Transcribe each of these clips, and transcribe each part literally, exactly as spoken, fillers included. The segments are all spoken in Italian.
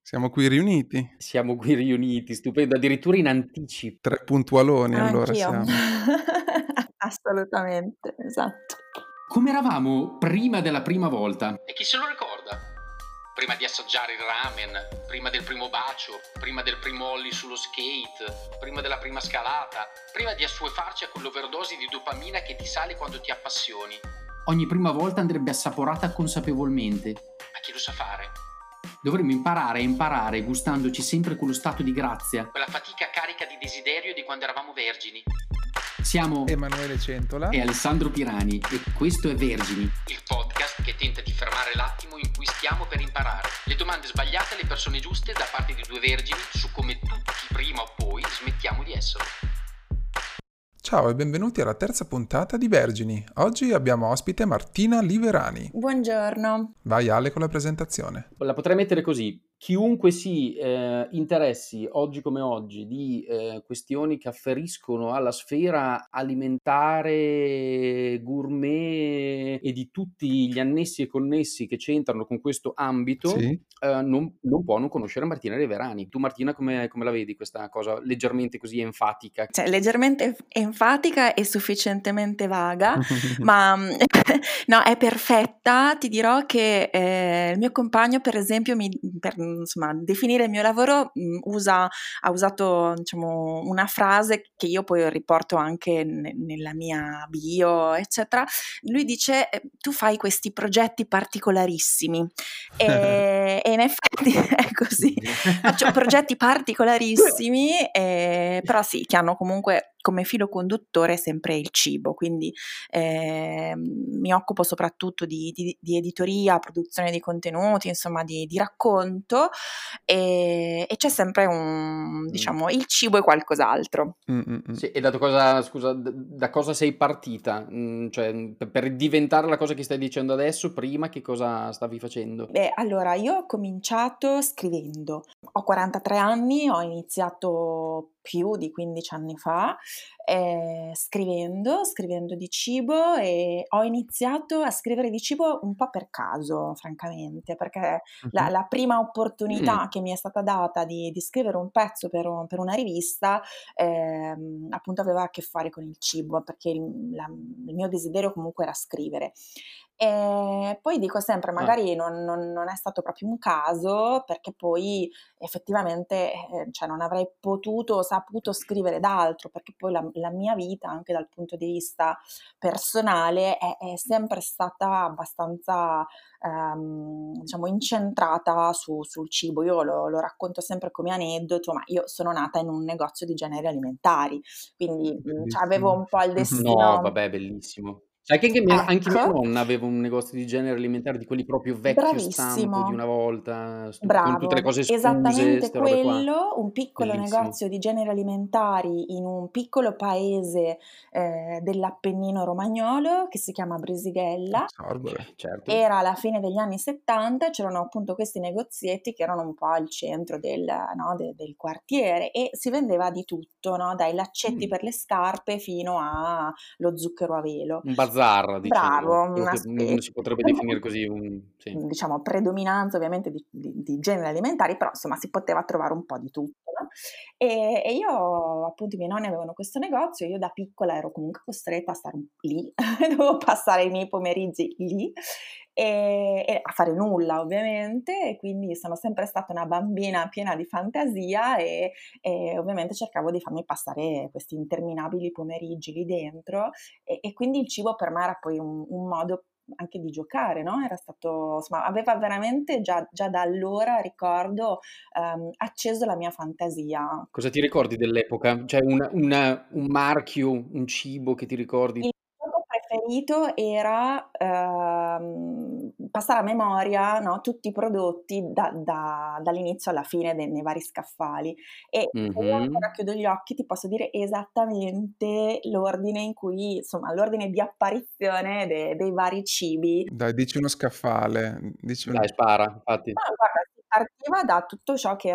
Siamo qui riuniti. Siamo qui riuniti, stupendo, addirittura in anticipo. Tre puntualoni allora Anch'io. siamo. Assolutamente, esatto. Come eravamo prima della prima volta? E chi se lo ricorda? Prima di assaggiare il ramen, prima del primo bacio, prima del primo ollie sullo skate, prima della prima scalata, prima di assuefarci a quell'overdose di dopamina che ti sale quando ti appassioni. Ogni prima volta andrebbe assaporata consapevolmente. Ma chi lo sa fare? Dovremmo imparare a imparare gustandoci sempre quello stato di grazia, quella fatica carica di desiderio di quando eravamo vergini. Siamo Emanuele Centola e Alessandro Pirani e questo è Vergini, il podcast che tenta di fermare l'attimo in cui stiamo per imparare. Le domande sbagliate alle persone giuste da parte di due vergini su come tutti prima o poi smettiamo di esserlo. Ciao e benvenuti alla terza puntata di Vergini. Oggi abbiamo ospite Martina Liverani. Buongiorno. Vai Ale con la presentazione. La potrei mettere così: chiunque si eh, interessi oggi come oggi di eh, questioni che afferiscono alla sfera alimentare, gourmet e di tutti gli annessi e connessi che c'entrano con questo ambito, Sì. eh, non, non può non conoscere Martina Liverani. Tu Martina come, come la vedi questa cosa leggermente così enfatica? Cioè, leggermente enfatica e sufficientemente vaga, ma no, è perfetta. Ti dirò che eh, il mio compagno, per esempio, mi, per insomma, definire il mio lavoro mh, usa, ha usato diciamo, una frase che io poi riporto anche ne, nella mia bio, eccetera. Lui dice: tu fai questi progetti particolarissimi. E, e in effetti è così. Faccio progetti particolarissimi, eh, però sì, che hanno comunque come filo conduttore sempre il cibo, quindi eh, mi occupo soprattutto di, di, di editoria, produzione di contenuti, insomma di, di racconto, e, e c'è sempre un, diciamo, il cibo e qualcos'altro. Mm-mm. Sì, e da cosa, scusa, da, da cosa sei partita? Mm, cioè, per, per diventare la cosa che stai dicendo adesso, prima che cosa stavi facendo? Beh, allora, io ho cominciato scrivendo. Ho quarantatré anni, ho iniziato più di quindici anni fa, eh, scrivendo, scrivendo di cibo, e ho iniziato a scrivere di cibo un po' per caso, francamente, perché la, Mhm. la prima Mm. opportunità che mi è stata data di, di scrivere un pezzo per, un- per una rivista, ehm, appunto aveva a che fare con il cibo, perché il, la- il mio desiderio comunque era scrivere. E poi dico sempre, Ah, magari non, non- non è stato proprio un caso, perché poi effettivamente eh, cioè non avrei potuto o saputo scrivere d'altro, perché poi la, la mia vita, anche dal punto di vista personale, è, è sempre stata abbastanza ehm, diciamo incentrata su- sul cibo. Io lo, lo racconto sempre come aneddoto, ma io sono nata in un negozio di generi alimentari, quindi mh, cioè, avevo Bellissimo. un po' il no, destino. vabbè, bellissimo. Sai che anche mia, anche mia Ecco, nonna aveva un negozio di genere alimentare, di quelli proprio vecchio stampo di una bravissimo. volta, stu- con tutte le Bravo, cose sfuse, esattamente queste robe qua. quello, un piccolo Bellissimo. negozio di generi alimentari in un piccolo paese eh, dell'Appennino romagnolo che si chiama Brisighella. Sorbole. Certo. Era alla fine degli anni settanta, c'erano appunto questi negozietti che erano un po' al centro del, no, de- del quartiere, e si vendeva di tutto, no? Dai laccetti Mm. per le scarpe fino allo zucchero a velo. Un bazar, diciamo, Bravo, quello una che specie. mm, si potrebbe definire così un... Sì. Diciamo predominanza ovviamente di, di, di generi alimentari, però insomma si poteva trovare un po' di tutto, no? E, e io appunto i miei nonni avevano questo negozio, io da piccola ero comunque costretta a stare lì, dovevo passare i miei pomeriggi lì e, e a fare nulla ovviamente, e quindi sono sempre stata una bambina piena di fantasia, e, e ovviamente cercavo di farmi passare questi interminabili pomeriggi lì dentro, e, e quindi il cibo per me era poi un, un modo anche di giocare, no? Era stato, insomma, aveva veramente già, già da allora, ricordo, ehm, acceso la mia fantasia. Cosa ti ricordi dell'epoca? Cioè una- una- un marchio, un cibo che ti ricordi? Il gioco preferito era ehm, passare a memoria, no, tutti i prodotti da- da- dall'inizio alla fine de- nei vari scaffali, e se io ancora Mhm. chiudo gli occhi ti posso dire esattamente l'ordine in cui, insomma, l'ordine di apparizione de- dei vari cibi. Dai, dici uno scaffale. Dici un... Dai, spara, infatti. Ma guarda, si partiva da tutto ciò che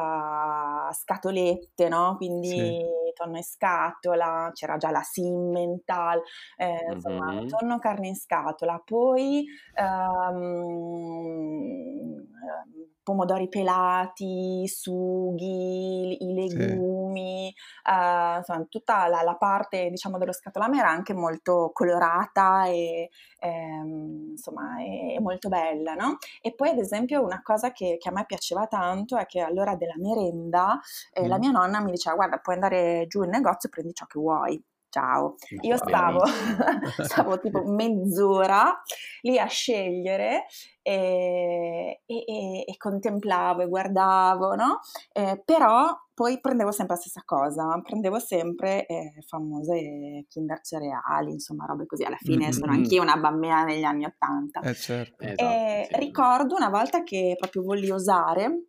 era scatolette, no, Sì. quindi tonno in scatola, c'era già la Simmental, ehm, insomma Mhm. tonno, carne in scatola, poi, ehm, ehm, pomodori pelati, sughi, i Sì. legumi, uhm, insomma tutta la la parte diciamo dello scatolame era anche molto colorata e, ehm, insomma è è molto bella, no, e poi ad esempio una cosa che che a me piaceva tanto è che all'ora della merenda, ehm, la Mh. mia nonna mi diceva: "Guarda, puoi andare giù in negozio e prendi ciò che vuoi." Ciao. Ma Io stavo bellissimo. stavo tipo mezz'ora lì a scegliere, ehm, e e e contemplavo e guardavo, no, ehm, però poi prendevo sempre la stessa cosa, prendevo sempre, ehm, famose Kinder Cereali, insomma robe così. Alla Mh, fine mh, sono mh. anch'io una bambina degli anni 'ottanta. Eh certo. Esatto, Ehm, sì. ricordo una volta che proprio volli osare,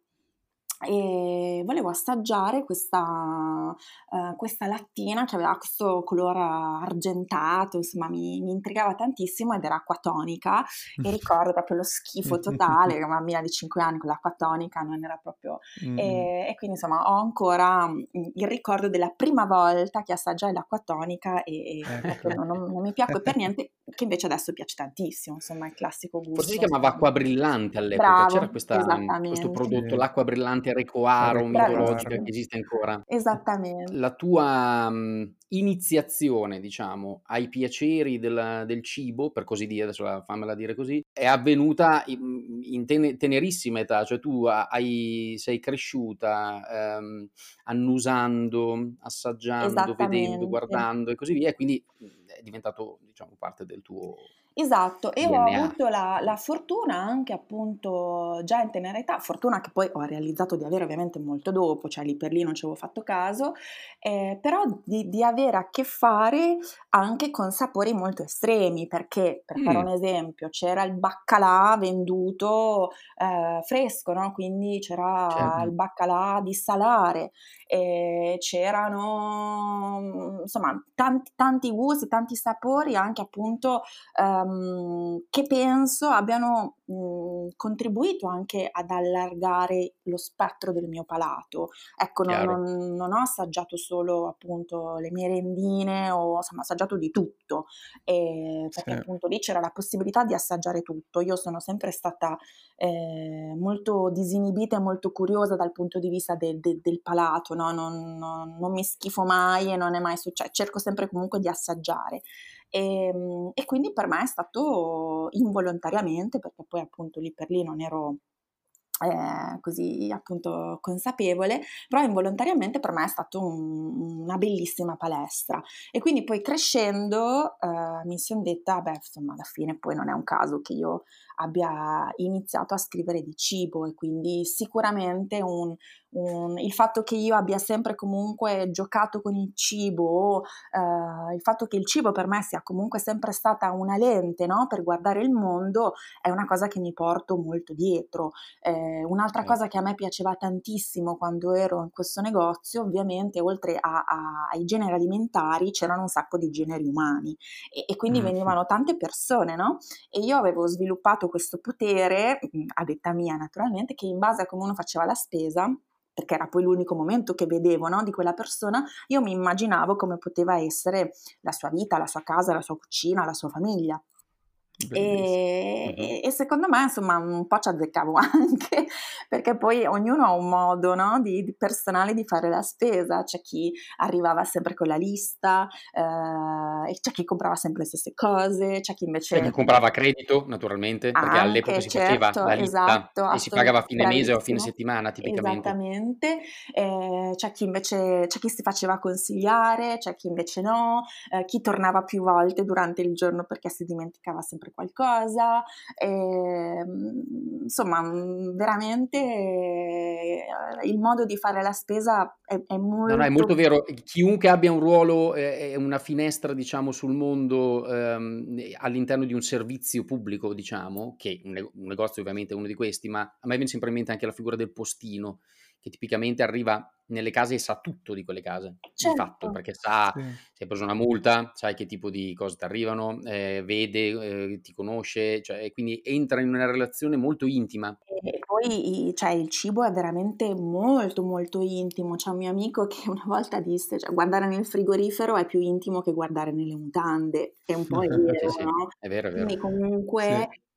e volevo assaggiare questa uhm, questa lattina che aveva questo colore argentato, insomma mi mi intrigava tantissimo ed era acqua tonica e ricordo proprio lo schifo totale, ero una bambina di cinque anni con l'acqua tonica, non era proprio Mh-mh. ehm, e quindi insomma ho ancora, mhmm, il ricordo della prima volta che assaggiai l'acqua tonica e e proprio Ecco. non non non mi piacque per niente, che invece adesso piace tantissimo, insomma il classico Forse si gusto chiamava insomma acqua brillante all'epoca. C'era bravo, questa questo esattamente. prodotto, Sì. l'acqua brillante Recoaro mitologica Arecoaro. che Bravissimo. esiste ancora. Esattamente. La tua, mhmm, iniziazione diciamo ai piaceri del del cibo, per così dire, adesso la fammela dire così, è avvenuta in mhmm, in tene tenerissima età, cioè tu ha hai sei cresciuta, ehm, annusando, assaggiando, vedendo, Esattamente. guardando e così via, e quindi, mhmm, è diventato diciamo parte del tuo Esatto, e ho D N A. avuto la la fortuna anche appunto già in tenera età, fortuna che poi ho realizzato di avere ovviamente molto dopo, cioè lì per lì non ci avevo fatto caso, ehm, però di di avere a che fare anche con sapori molto estremi, perché, per fare un Mh, esempio, c'era il baccalà venduto, ehm, fresco, no, quindi c'era certo. il baccalà di salare, ehm, c'erano, mhmm, insomma tanti tanti gusti, tanti sapori anche appunto ehm, che penso abbiano, mhmm, contribuito anche ad allargare lo spettro del mio palato. Ecco, non Chiaro. non non ho assaggiato solo appunto le merendine o insomma ho assaggiato di tutto, ehm, Sì. perché appunto lì c'era la possibilità di assaggiare tutto. Io sono sempre stata, ehm, molto disinibita e molto curiosa dal punto di vista de de del palato, no, non non non mi schifo mai e non è mai succe cerco sempre comunque di assaggiare. Ehm, e quindi per me è stato involontariamente, perché poi appunto lì per lì non ero, ehm, così appunto consapevole, però involontariamente per me è stato un una bellissima palestra. E quindi poi crescendo, ehm, mi son detta: "Beh, insomma alla fine poi non è un caso che io abbia iniziato a scrivere di cibo", e quindi sicuramente un un il fatto che io abbia sempre comunque giocato con il cibo o, ehm, il fatto che il cibo per me sia comunque sempre stata una lente, no, per guardare il mondo, è una cosa che mi porto molto dietro. Ehm, un'altra cosa Certo. che a me piaceva tantissimo quando ero in questo negozio, ovviamente oltre a a ai generi alimentari, c'erano un sacco di generi umani e e quindi Mh-mh. venivano tante persone, no, e io avevo sviluppato questo potere, mhmm, a detta mia naturalmente, che in base a come uno faceva la spesa, perché era poi l'unico momento che vedevo, no, di quella persona, io mi immaginavo come poteva essere la sua vita, la sua casa, la sua cucina, la sua famiglia. Bellissi Ehm, Mh-mh. e e secondo me insomma un po' ci azzeccavo anche, perché poi ognuno ha un modo, no, di di personale di fare la spesa. C'è chi arrivava sempre con la lista, ehm, e c'è chi comprava sempre le stesse cose, c'è chi C'è chi invece comprava a credito naturalmente, perché all'epoca anche, si faceva certo, la lista esatto, e si assolut pagava a fine mese o a fine bravissimo. settimana tipicamente. Esattamente. Ehm, c'è chi invece c'è chi si faceva consigliare, c'è chi invece no, ehm, chi tornava più volte durante il giorno perché si dimenticava sempre qualcosa. Ehm, insomma, mhmm, veramente, ehm, il modo di fare la spesa è è No, no, è molto molto vero. Chi chiunque abbia un ruolo e e una finestra, diciamo, sul mondo, ehm, e all'interno di un servizio pubblico, diciamo, che un nego un negozio ovviamente è uno di questi, ma a me viene sempre in mente anche la figura del postino, che tipicamente arriva nelle case e sa tutto di quelle case, di certo. fatto, perché sa Sì. se hai preso una multa, sai che tipo di cose t'arrivano, ehm, vede, ehm, ti conosce, cioè e quindi entra in una relazione molto intima. E poi i cioè il cibo è veramente molto, molto intimo. C'è un mio amico che una volta disse: "Cioè guardare nel frigorifero è più intimo che guardare nelle mutande." È un po' è Sì, vero, sì, no, è vero, è quindi vero. comunque Sì.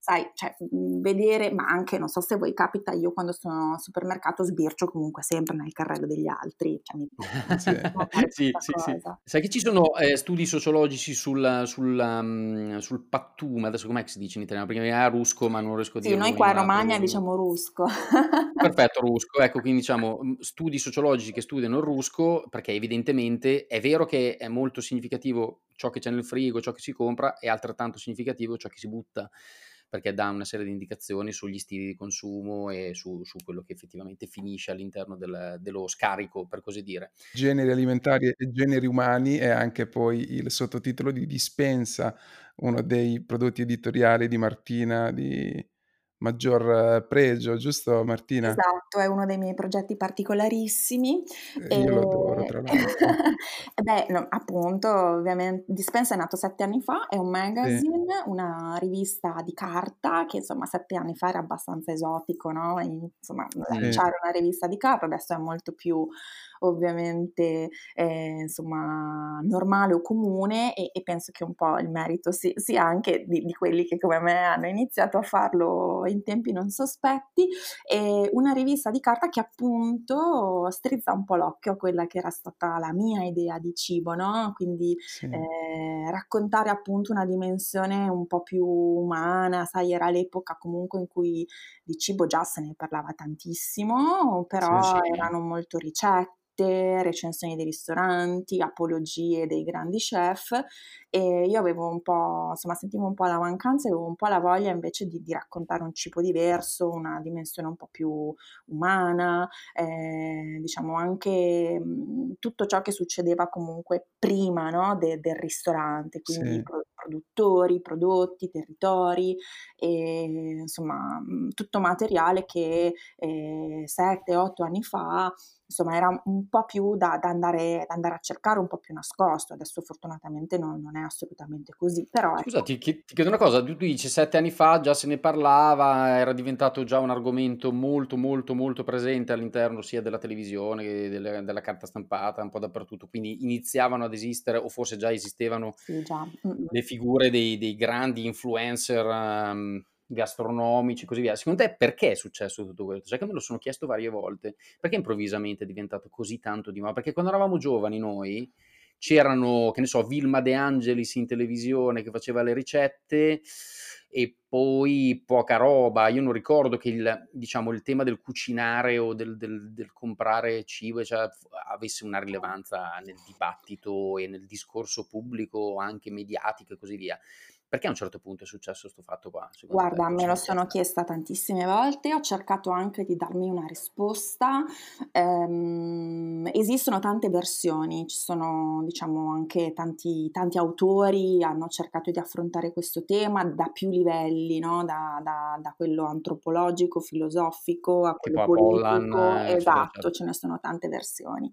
sai, cioè, mhmm, vedere, ma anche, non so se a voi capita, io quando sono al supermercato sbircio comunque sempre nel carrello degli altri, cioè mi Sì. notare Sì, questa sì, sì. cosa. Sai che ci sono, ehm, studi sociologici sul sul mhmm, sul pattume, adesso com'è che si dice in italiano? Perché mi viene a rusco, ma non riesco a Sì, noi dirlo qua in in Romagna proprio in diciamo rusco. perfetto, rusco. Ecco, quindi diciamo, mhmm, studi sociologici che studiano il rusco, perché evidentemente è vero che è molto significativo ciò che c'è nel frigo, ciò che si compra, è altrettanto significativo ciò che si butta, perché dà una serie di indicazioni sugli stili di consumo e su su quello che effettivamente finisce all'interno del dello scarico, per così dire. Generi alimentari e generi umani è anche poi il sottotitolo di Dispensa, uno dei prodotti editoriali di Martina di maggior eh, pregio, giusto Martina? Esatto, è uno dei miei progetti particolarissimi. Eh, io lo adoro Ehm, tra l'altro. e beh, no, appunto, ovviamen Dispensa è nato sette anni fa, è un Sì, magazine, una rivista di carta che insomma sette anni fa era abbastanza esotico, no, e insomma Mh. sì, lanciare una rivista di carta, adesso è molto più ovviamente, ehm, insomma normale o comune, e e penso che un po' il merito si sia anche di di quelli che come me hanno iniziato a farlo in tempi non sospetti. Ehm, una rivista di carta che appunto strizza un po' l'occhio a quella che era stata la mia idea di cibo, no, quindi, sì, ehm, raccontare appunto una dimensione un po' più umana, sai, era l'epoca comunque in cui di cibo già se ne parlava tantissimo, sì, però Sì. erano molto ricette, recensioni dei ristoranti, apologie dei grandi chef, e io avevo un po', insomma, sentivo un po' la mancanza e avevo un po' la voglia invece di di raccontare un cibo diverso, una dimensione un po' più umana, ehm, diciamo anche, mhmm, tutto ciò che succedeva comunque prima, no, de del ristorante, quindi sì. pro produttori, prodotti, territori, ehm, insomma, mhmm, tutto materiale che, ehm, sette, otto anni fa, insomma, era un po' più da da andare da andare a cercare, un po' più nascosto. Adesso fortunatamente non non è assolutamente così, però Scusa, ecco. ti chi ti chiedo una cosa, tu tu dici sette anni fa già se ne parlava, era diventato già un argomento molto, molto, molto presente all'interno sia della televisione che delle della carta stampata, un po' dappertutto, quindi iniziavano ad esistere o forse già esistevano Sì, già, mh-mh. le figure dei dei grandi influencer, uhm, gastronomici e così via. Secondo te perché è successo tutto questo? Sai che me lo sono chiesto varie volte. Perché improvvisamente è diventato così tanto di moda? Perché quando eravamo giovani noi, c'erano, che ne so, Vilma De Angelis in televisione che faceva le ricette e poi poca roba. Io non ricordo che il diciamo, il tema del cucinare o del del del comprare cibo, cioè, f avesse una rilevanza nel dibattito e nel discorso pubblico, anche mediatico e così via. Perché a un certo punto è successo 'sto fatto qua, secondo te? Guarda, Te lo me sei lo mai sono chiesta? chiesta tantissime volte, ho cercato anche di darmi una risposta. Ehm, esistono tante versioni, ci sono diciamo anche tanti tanti autori hanno cercato di affrontare questo tema da più livelli, no, da da da quello antropologico, filosofico a quello Tipo a Pollan, politico, eccetera, esatto, eccetera. ce ne sono tante versioni.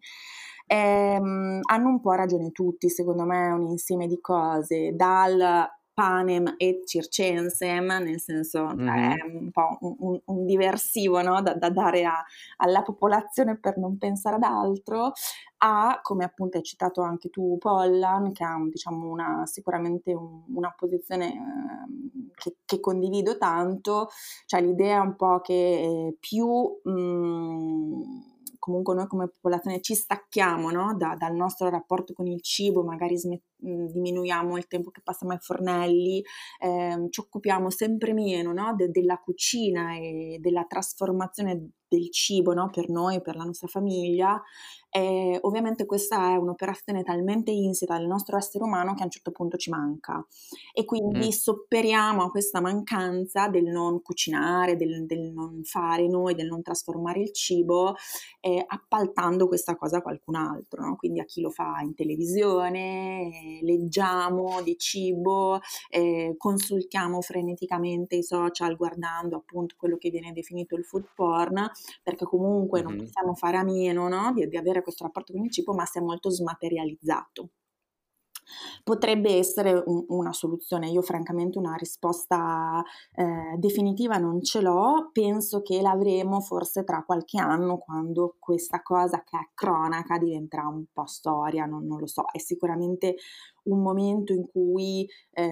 Ehm, hanno un po' ragione tutti, secondo me è un insieme di cose, dal panem et circensem, nel senso, Mh-mh. cioè è un po' un un un diversivo, no, da da dare a alla popolazione per non pensare ad altro, a, come appunto hai citato anche tu, Pollan, che ha un diciamo una sicuramente un una posizione, ehm, che che condivido tanto, cioè l'idea è un po' che, ehm, più, mhmm, comunque noi come popolazione ci stacchiamo, no, da dal nostro rapporto con il cibo, magari sme mhmm, diminuiamo il tempo che passiamo ai fornelli, ehm, ci occupiamo sempre meno, no, de della cucina e della trasformazione del cibo, no, per noi, per la nostra famiglia, ehm, ovviamente questa è un'operazione talmente insita nel nostro essere umano che a un certo punto ci manca. E Mh. quindi sopperiamo a questa mancanza del non cucinare, del del non fare noi, del non trasformare il cibo, ehm, appaltando questa cosa a qualcun altro, no, quindi a chi lo fa in televisione, ehm, leggiamo di cibo, ehm, consultiamo freneticamente i social guardando appunto quello che viene definito il food porn, perché comunque non Mh-mh. possiamo fare a meno, no, di di avere questo rapporto con il cibo, ma si è molto smaterializzato. Potrebbe essere u una soluzione. Io francamente una risposta, ehm, definitiva non ce l'ho. Penso che l'avremo forse tra qualche anno, quando questa cosa che è cronaca diventerà un po' storia, non non lo so. È sicuramente un momento in cui,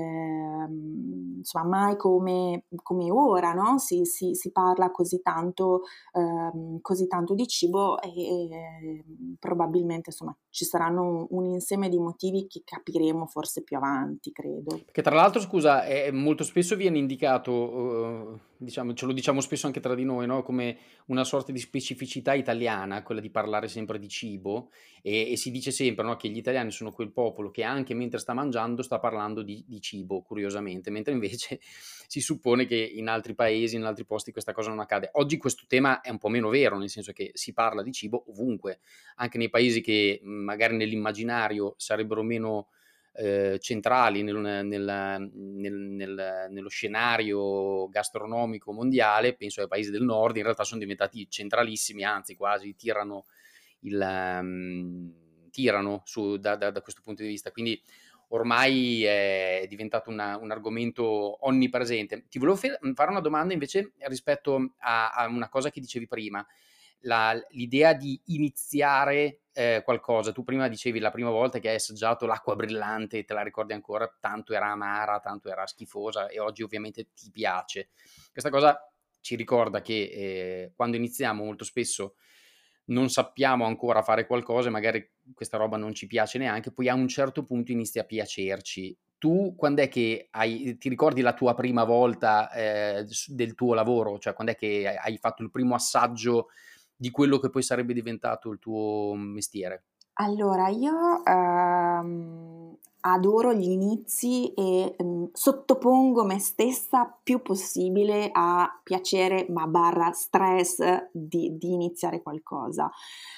ehm, insomma, mai come come ora, no, si si si parla così tanto ehm, così tanto di cibo e, ehm, probabilmente, insomma, ci saranno un un insieme di motivi che capiremo forse più avanti, credo. Che tra l'altro scusa, ehm, molto spesso viene indicato, uhm, diciamo ce lo diciamo spesso anche tra di noi, no, come una sorta di specificità italiana, quella di parlare sempre di cibo, e e si dice sempre, no, che gli italiani sono quel popolo che anche mentre sta mangiando sta parlando di di cibo, curiosamente, mentre invece si suppone che in altri paesi, in altri posti questa cosa non accade. Oggi questo tema è un po' meno vero, nel senso che si parla di cibo ovunque, anche nei paesi che, mhmm, magari nell'immaginario sarebbero meno ehm, centrali nel nel nel nel nello scenario gastronomico mondiale, penso ai paesi del nord, in realtà son diventati centralissimi, anzi quasi tirano il mhmm, tirano su da da da questo punto di vista. Quindi ormai è diventato una un argomento onnipresente. Ti volevo fe fare una domanda invece rispetto a a una cosa che dicevi prima, la l'idea di iniziare, ehm, qualcosa. Tu prima dicevi la prima volta che hai assaggiato l'acqua brillante, te la ricordi ancora, tanto era amara, tanto era schifosa e oggi ovviamente ti piace. Questa cosa ci ricorda che, ehm, quando iniziamo molto spesso non sappiamo ancora fare qualcosa e magari questa roba non ci piace neanche, poi a un certo punto inizia a piacerci. Tu quand'è che hai ti ricordi la tua prima volta, ehm, s del tuo lavoro? Cioè quand'è che hai hai fatto il primo assaggio di quello che poi sarebbe diventato il tuo mestiere? Allora io, ehm, adoro gli inizi e, mhmm, sottopongo me stessa più possibile a piacere, ma barra stress di di iniziare qualcosa.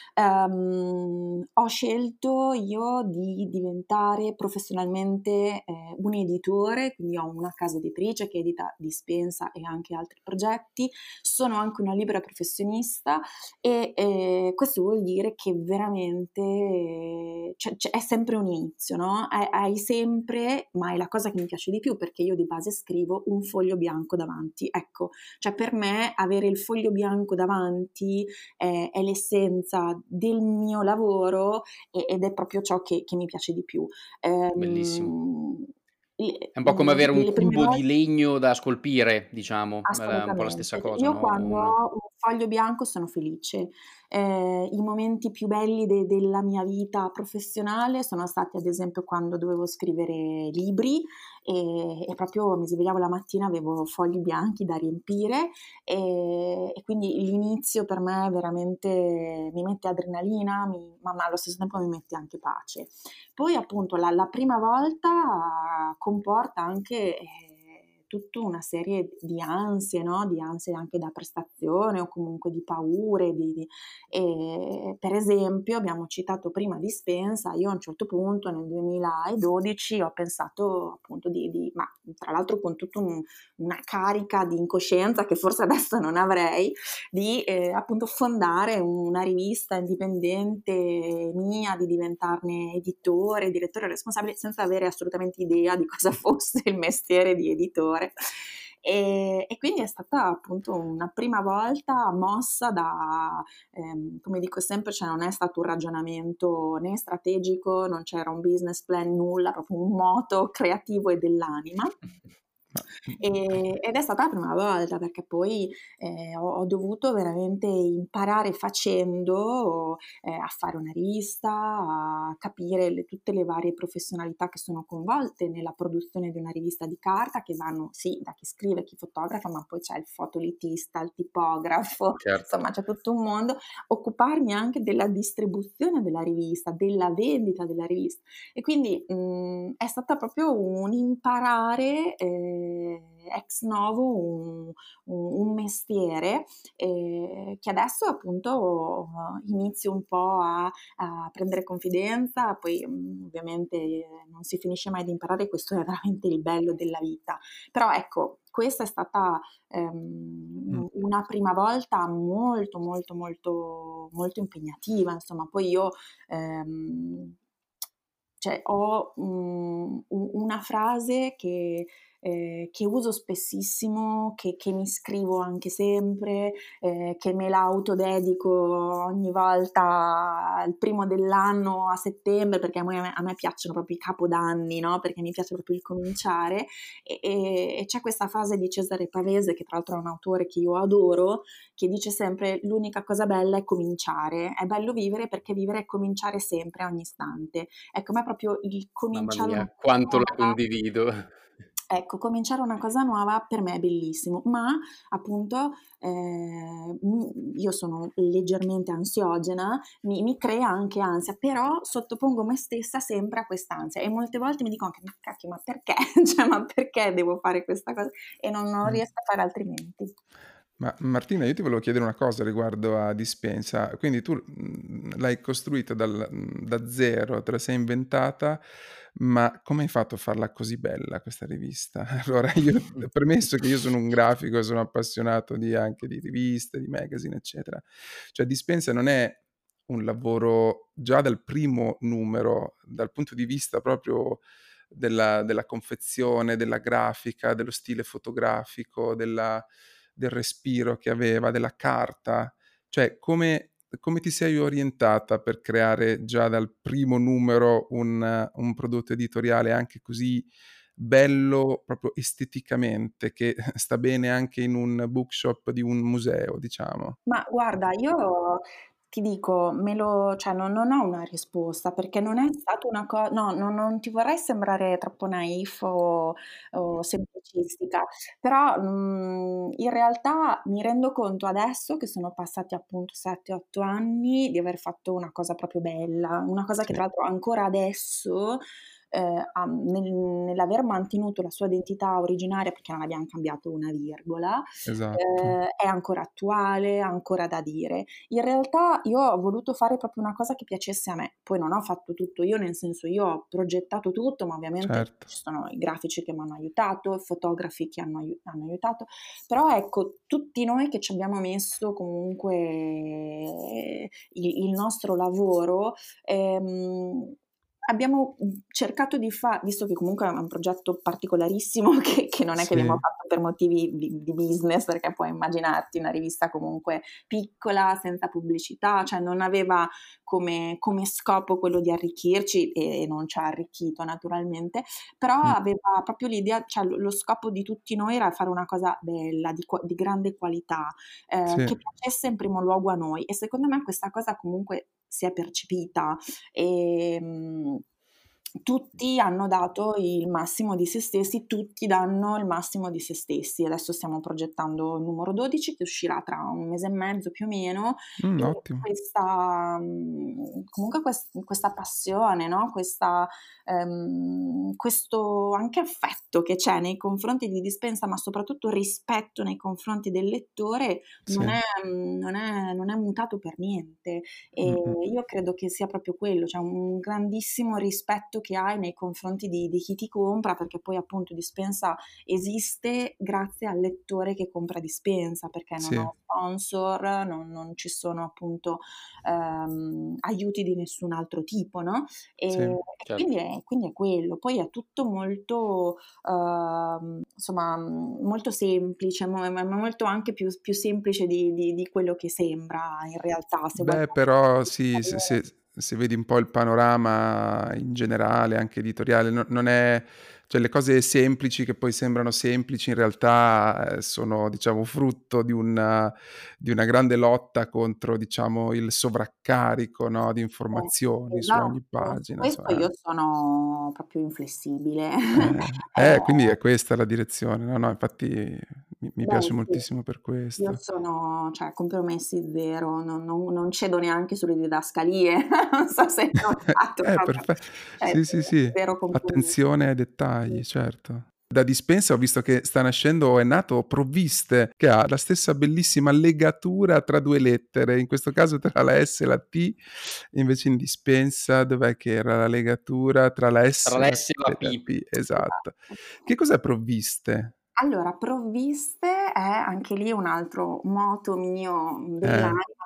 Ehm, ho scelto io di diventare professionalmente, ehm, un editore, quindi ho una casa editrice che edita Dispensa e anche altri progetti. Sono anche una libera professionista e, ehm, questo vuol dire che veramente cioè cioè è sempre un inizio, no, hai hai sempre ma è la cosa che mi piace di più, perché io di base scrivo un foglio bianco davanti. Ecco, cioè per me avere il foglio bianco davanti è è l'essenza del mio lavoro e ed è proprio ciò che che mi piace di più. Bellissimo. Ehm, i È un po' come mhmm, avere un le prime cubo vol di legno da scolpire, diciamo, è la un po' la stessa Assolutamente. cosa, Io no, quando un ho un foglio bianco sono felice. Ehm, i momenti più belli de della mia vita professionale sono stati, ad esempio, quando dovevo scrivere libri, e e proprio mi svegliavo la mattina, avevo fogli bianchi da riempire, ehm, e quindi l'inizio per me veramente mi mette adrenalina, mi ma ma allo stesso tempo mi mette anche pace. Poi appunto la la prima volta comporta anche, ehm, tutto una serie di ansie, no, di ansie anche da prestazione o comunque di paure, di di ehm, per esempio abbiamo citato prima Dispensa, io a un certo punto nel duemiladodici ho pensato appunto di di ma tra l'altro con tutto un una carica di incoscienza che forse adesso non avrei, di, ehm, appunto fondare una rivista indipendente mia, di diventarne editore, direttore responsabile, senza avere assolutamente idea di cosa fosse il mestiere di editore. Ehm, e quindi è stata appunto una prima volta mossa da ehm, come dico sempre, cioè non è stato un ragionamento né strategico, non c'era un business plan, nulla, proprio un moto creativo e dell'anima. Ma Ehm, ed è stata la prima volta perché poi, ehm, ho ho dovuto veramente imparare facendo, ehm, a fare una rivista, a capire le tutte le varie professionalità che sono coinvolte nella produzione di una rivista di carta, che vanno sì da chi scrive, chi fotografa, ma poi c'è il fotolitista, il tipografo, certo. insomma c'è tutto un mondo. Occuparmi anche della distribuzione della rivista, della vendita della rivista. E quindi, mhmm, è stata proprio un imparare, ehm, ex novo un un un mestiere, ehm, che adesso appunto inizio un po' a a prendere confidenza, poi, mhmm, ovviamente eh, non si finisce mai di imparare, questo è veramente il bello della vita. Però ecco, questa è stata, mh, ehm, una prima volta molto, molto, molto, molto impegnativa, insomma. Poi io, ehm cioè ho, mhmm, u una frase che eh, che uso spessissimo, che, che mi scrivo anche sempre, eh, che me la autodedico ogni volta il primo dell'anno a settembre, perché a me, a me piacciono proprio i capodanni, no? Perché mi piace proprio il cominciare, e, e, e c'è questa frase di Cesare Pavese, che tra l'altro è un autore che io adoro, che dice sempre: l'unica cosa bella è cominciare, è bello vivere perché vivere è cominciare sempre, a ogni istante. Ecco, a me proprio il Mamma cominciare una mia, cosa quanto la nuova, condivido. ecco, cominciare una cosa nuova per me è bellissimo, ma appunto eh, m- io sono leggermente ansiogena, mi, mi crea anche ansia, però sottopongo me stessa sempre a quest'ansia, e molte volte mi dico anche: ma cacchio, ma perché? Cioè, ma perché devo fare questa cosa? E non, non Mh. riesco a fare altrimenti. Ma Martina, io ti volevo chiedere una cosa riguardo a Dispensa. Quindi tu, mhmm, l'hai costruita dal mhmm, da zero, te la sei inventata, ma come hai fatto a farla così bella questa rivista? Allora io, premesso che io sono un grafico e sono appassionato di anche di riviste, di magazine, eccetera, cioè Dispensa non è un lavoro già dal primo numero, dal punto di vista proprio della della confezione, della grafica, dello stile fotografico, della del respiro che aveva, della carta, cioè come come ti sei orientata per creare già dal primo numero un un prodotto editoriale anche così bello proprio esteticamente, che sta bene anche in un bookshop di un museo, diciamo? Ma guarda, io ti dico, me lo cioè non non ho una risposta, perché non è stata una co no, no, non ti vorrei sembrare troppo naif o o semplicistica, però, mhmm, in realtà mi rendo conto adesso che sono passati appunto sette, otto anni di aver fatto una cosa proprio bella, una cosa che Sì, tra l'altro ancora adesso, ehm, ha nel nell'aver mantenuto la sua identità originaria, perché non abbiam cambiato una virgola, esatto. ehm, è ancora attuale, ha ancora da dire. In realtà io ho voluto fare proprio una cosa che piacesse a me, poi non ho fatto tutto io, nel senso, io ho progettato tutto, ma ovviamente Certo. ci sono i grafici che m'hanno aiutato, i fotografi che hanno aiu hanno aiutato, però ecco, tutti noi che ci abbiamo messo comunque i il nostro lavoro, ehm, abbiamo, mhmm, cercato di fa visto che comunque è un progetto particolarissimo che che non è che abbiamo Sì, fatto per motivi di di business, perché puoi immaginarti una rivista comunque piccola, senza pubblicità, cioè non aveva come come scopo quello di arricchirci, e e non ci ha arricchito naturalmente, però mh, aveva proprio l'idea, cioè lo lo scopo di tutti noi era fare una cosa bella, di qua di grande qualità, ehm, sì, che piacesse in primo luogo a noi, e secondo me questa cosa comunque si è percepita. Ehm, tutti hanno dato il massimo di se stessi, tutti danno il massimo di se stessi. Adesso stiamo progettando il numero dodici, che uscirà tra un mese e mezzo più o meno, mh, e ottimo. questa mhmm, comunque ques questa passione, no, questa ehm, questo anche affetto che c'è nei confronti di Dispensa, ma soprattutto rispetto nei confronti del lettore, Sì, non è mhmm, non è non è mutato per niente. E mh-mh, io credo che sia proprio quello, cioè un grandissimo rispetto che hai nei confronti di di chi ti compra, perché poi appunto Dispensa esiste grazie al lettore che compra Dispensa, perché non sì, ho sponsor, non non ci sono appunto, ehm, aiuti di nessun altro tipo, no, sì. ehm, e quindi Certo. è quindi è quello. Poi è tutto molto, uhm, insomma, mhmm, molto semplice, mo ma ma molto anche più s più semplice di di di quello che sembra in realtà, se Beh, guardiamo però sì, se se se vedi un po' il panorama in generale, anche editoriale, no non è, cioè le cose semplici che poi sembrano semplici in realtà, ehm, sono diciamo frutto di una di una grande lotta contro, diciamo, il sovraccarico, no, di Eh, informazioni su ogni esatto, su pagina, questo insomma, io eh. sono proprio inflessibile. Eh, eh, Ehm, quindi è questa la direzione. No, no, infatti mi mi beh piace sì, moltissimo per io questo. sono cioè compromessi zero, non non non cedo neanche sulle didascalie, non so se hai notato Eh, proprio, perfe cioè sì, sì, sì. zero compromessi. Attenzione ai Sì. dettagli, certo. Da Dispensa ho visto che sta nascendo è nato Provviste, che ha la stessa bellissima legatura tra due lettere, in questo caso tra la S e la T, invece in Dispensa dov'è che era la legatura tra la S Tra e la la S e e la la P. P, esatto. Esatto. Che cos'è Provviste? Allora, Provviste è anche lì un altro moto mio Eh, dell'anima,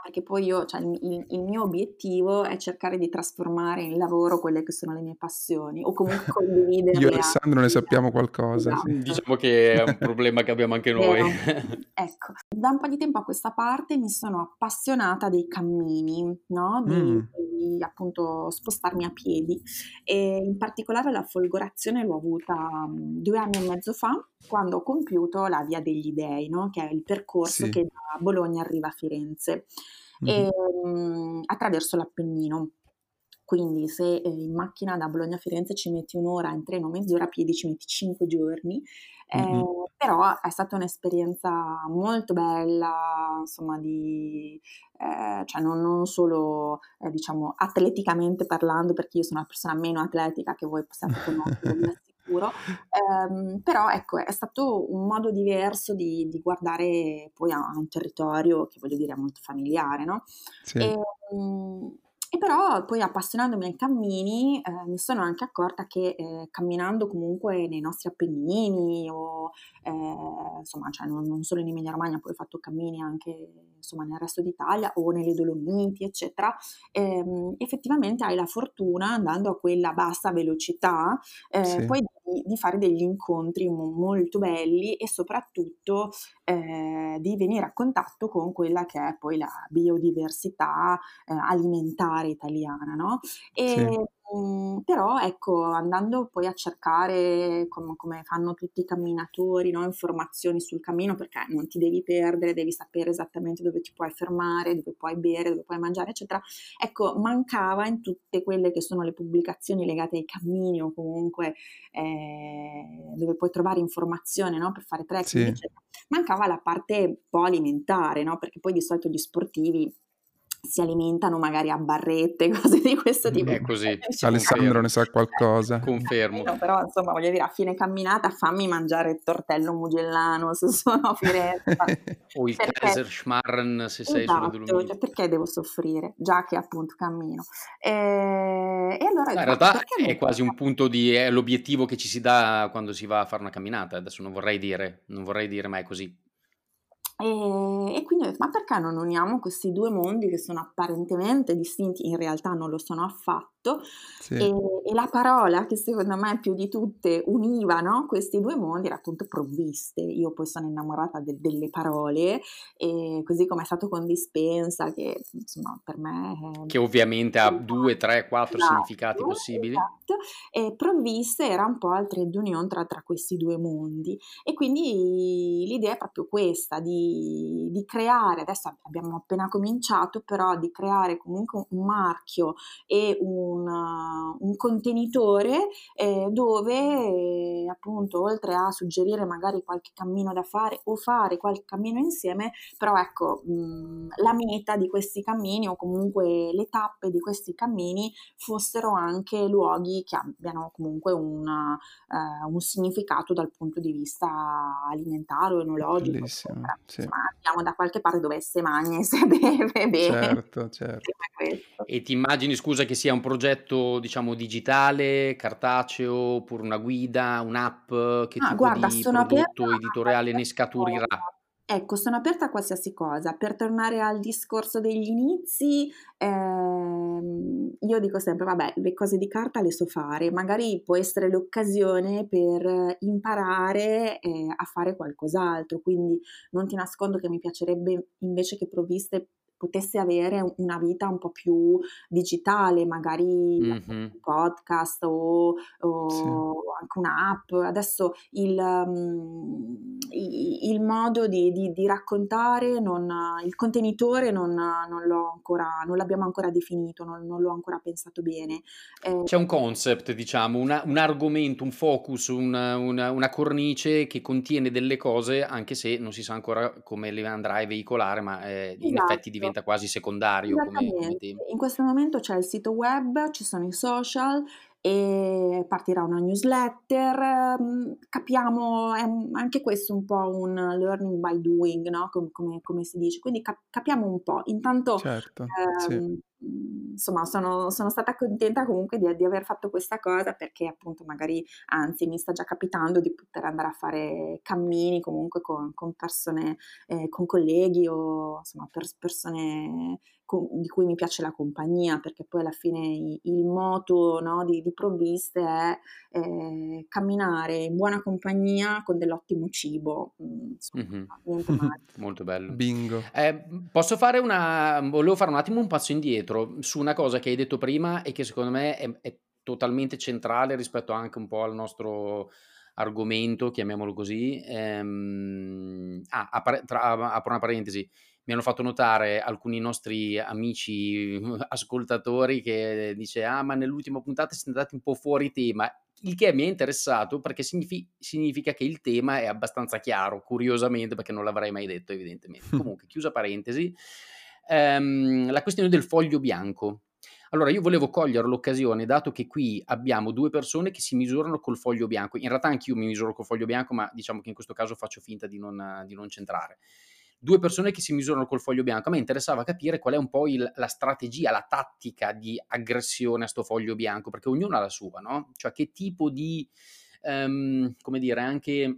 perché poi io, cioè il il il mio obiettivo è cercare di trasformare in lavoro quelle che sono le mie passioni o comunque Io e condividerle Alessandro ne anche. sappiamo qualcosa, sì. Esatto. Diciamo che è un problema che abbiamo anche noi. Vero. Ecco, da un po' di tempo a questa parte mi sono appassionata dei cammini, no, di Mh. di appunto spostarmi a piedi e in particolare la folgorazione l'ho avuta, mhmm, due anni e mezzo fa, quando ho compiuto la Via degli Dei, no, che è il percorso Sì. che da Bologna arriva a Firenze, Mh-mh. ehm, attraverso l'Appennino. Quindi se, ehm, in macchina da Bologna a Firenze ci metti un' ora, in treno mezz'ora, a piedi ci metti cinque giorni, Mh-mh. ehm, però è stata un'esperienza molto bella, insomma di ehm, cioè non non solo, ehm, diciamo atleticamente parlando, perché io sono una persona meno atletica che voi possiate conoscere, vi assicuro, ehm, però ecco è stato un modo diverso di di guardare poi a a un territorio che voglio dire è molto familiare, no, Sì. ehm, e però poi appassionandomi ai cammini, ehm, mi sono anche accorta che, ehm, camminando comunque nei nostri Appennini o, ehm, insomma cioè non non solo in Emilia Romagna, poi ho fatto cammini anche insomma nel resto d'Italia o nelle Dolomiti, eccetera, ehm, effettivamente hai la fortuna, andando a quella bassa velocità, ehm, Sì. poi di di fare degli incontri mo molto belli e soprattutto, ehm, di venire a contatto con quella che è poi la biodiversità, ehm, alimentare italiana, no, Sì. ehm, però ecco andando poi a cercare com come fanno tutti i camminatori, no, informazioni sul cammino, perché non ti devi perdere, devi sapere esattamente dove ti puoi fermare, dove puoi bere, dove puoi mangiare, eccetera. Ecco, mancava in tutte quelle che sono le pubblicazioni legate ai cammini o comunque, ehm, dove puoi trovare informazione, no, per fare trekking, Sì. eccetera, mancava la parte un po' alimentare, no, perché poi di solito gli sportivi si alimentano magari a barrette, cose di questo tipo. È così, Alessandro ne confermo. sa qualcosa. Confermo. Però insomma voglio dire a fine camminata fammi mangiare il tortello mugellano se sono a Firenze, O il perché Kaiserschmarren se sei sulle esatto, cioè Dolomiti. perché devo soffrire, già che appunto cammino. Ehm, e allora ho No, in detto: "Ma realtà perché non è quasi un punto di è l'obiettivo che ci si dà quando si va a fare una camminata. Adesso non vorrei dire non vorrei dire, ma è così. Ehm, e quindi ho detto: "Ma perché non uniamo questi due mondi che sono apparentemente distinti, in realtà non lo sono affatto, Sì. e e la parola che secondo me più di tutte univa, no, questi due mondi era appunto provviste." Io poi sono innamorata de delle parole, e così come è stato con dispensa che insomma per me è Che ovviamente ha due, tre, quattro significati esatto, possibili. esatto. E provviste era un po' il trait d'union tra tra questi due mondi. E quindi l'idea è proprio questa, di di creare adesso ab abbiamo appena cominciato, però di creare comunque un marchio e un un contenitore, ehm, dove appunto oltre a suggerire magari qualche cammino da fare o fare qualche cammino insieme, però ecco, mhmm, la meta di questi cammini o comunque le tappe di questi cammini fossero anche luoghi che abbiano comunque un ehm, un significato dal punto di vista alimentare o enologico, Bellissimo, eccetera. sì. Insomma andiamo da qualche parte dove se magna e se beve bene. Certo, certo. Prima questo. E ti immagini, scusa, che sia un progetto, diciamo, digitale, cartaceo, oppure una guida, un'app? Che Ah, tipo guarda, di sono aperta prodotto a editoriale ne qualsiasi scaturirà? cosa. Ecco, sono aperta a qualsiasi cosa. Per tornare al discorso degli inizi, ehm, io dico sempre: "Vabbè, le cose di carta le so fare", magari può essere l'occasione per imparare, ehm, a fare qualcos'altro. Quindi non ti nascondo che mi piacerebbe invece che Provviste potesse avere u una vita un po' più digitale, magari appunto Mh-mh. un podcast o Sì. o anche un'app. Adesso il mhmm, i il modo di di di raccontare non il contenitore non non l'ho ancora non l'abbiamo ancora definito, non non l'ho ancora pensato bene. Ehm C'è un concept, diciamo, una un argomento, un focus, un una una cornice che contiene delle cose, anche se non si sa ancora come le andrai a veicolare, ma, ehm, in effetti Esatto. diventa quasi secondario come come Esattamente. tema. In questo momento c'è il sito web, ci sono i social e partirà una newsletter, mhmm, capiamo è un anche questo un po' un learning by doing, no, com come come si dice, quindi cap capiamo un po'. Intanto, Certo, sì. ehm, mhmm, insomma sono, sono stata contenta comunque di, di aver fatto questa cosa, perché appunto magari, anzi mi sta già capitando di poter andare a fare cammini comunque con, con persone, eh, con colleghi o insomma per, persone con, di cui mi piace la compagnia, perché poi alla fine il, il moto, no, di, di Provviste è eh, camminare in buona compagnia con dell'ottimo cibo, mm, insomma, Mhm. niente male. Molto bello. Bingo. Eh, posso fare una... Volevo fare un attimo un passo indietro su una cosa che hai detto prima e che secondo me è, è totalmente centrale rispetto anche un po' al nostro argomento, chiamiamolo così. Ehm, ah, apre- tra- apro una parentesi. Mi hanno fatto notare alcuni nostri amici ascoltatori che dice ah ma nell'ultima puntata siete andati un po' fuori tema, il che mi è interessato perché signifi- significa che il tema è abbastanza chiaro, curiosamente, perché non l'avrei mai detto evidentemente. Comunque, chiusa parentesi, ehm, la questione del foglio bianco. Allora, io volevo cogliere l'occasione, dato che qui abbiamo due persone che si misurano col foglio bianco. In realtà anch'io mi misuro col foglio bianco, ma diciamo che in questo caso faccio finta di non, di non centrare. Due persone che si misurano col foglio bianco. A me interessava capire qual è un po' il, la strategia, la tattica di aggressione a sto foglio bianco, perché ognuno ha la sua, no? Cioè che tipo di, ehm, come dire, anche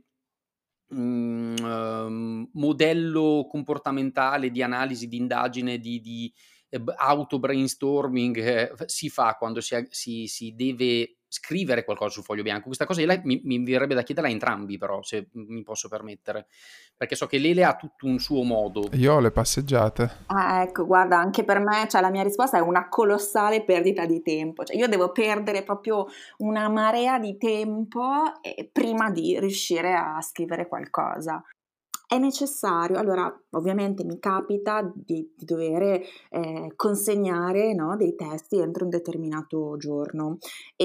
mh, ehm, modello comportamentale di analisi, di indagine, di, di eh, b- auto brainstorming eh, f- si fa quando si, ha- si- si deve scrivere qualcosa sul foglio bianco. Questa cosa io la- mi, mi verrebbe da chiederla a entrambi, però, se mi posso permettere, perché so che Lele ha tutto un suo modo. Io ho le passeggiate. Ah, ecco, guarda, anche per me, cioè, la mia risposta è una colossale perdita di tempo. Cioè, io devo perdere proprio una marea di tempo eh, prima di riuscire a scrivere qualcosa. È necessario, allora ovviamente mi capita di, di dover eh, consegnare, no, dei testi entro un determinato giorno,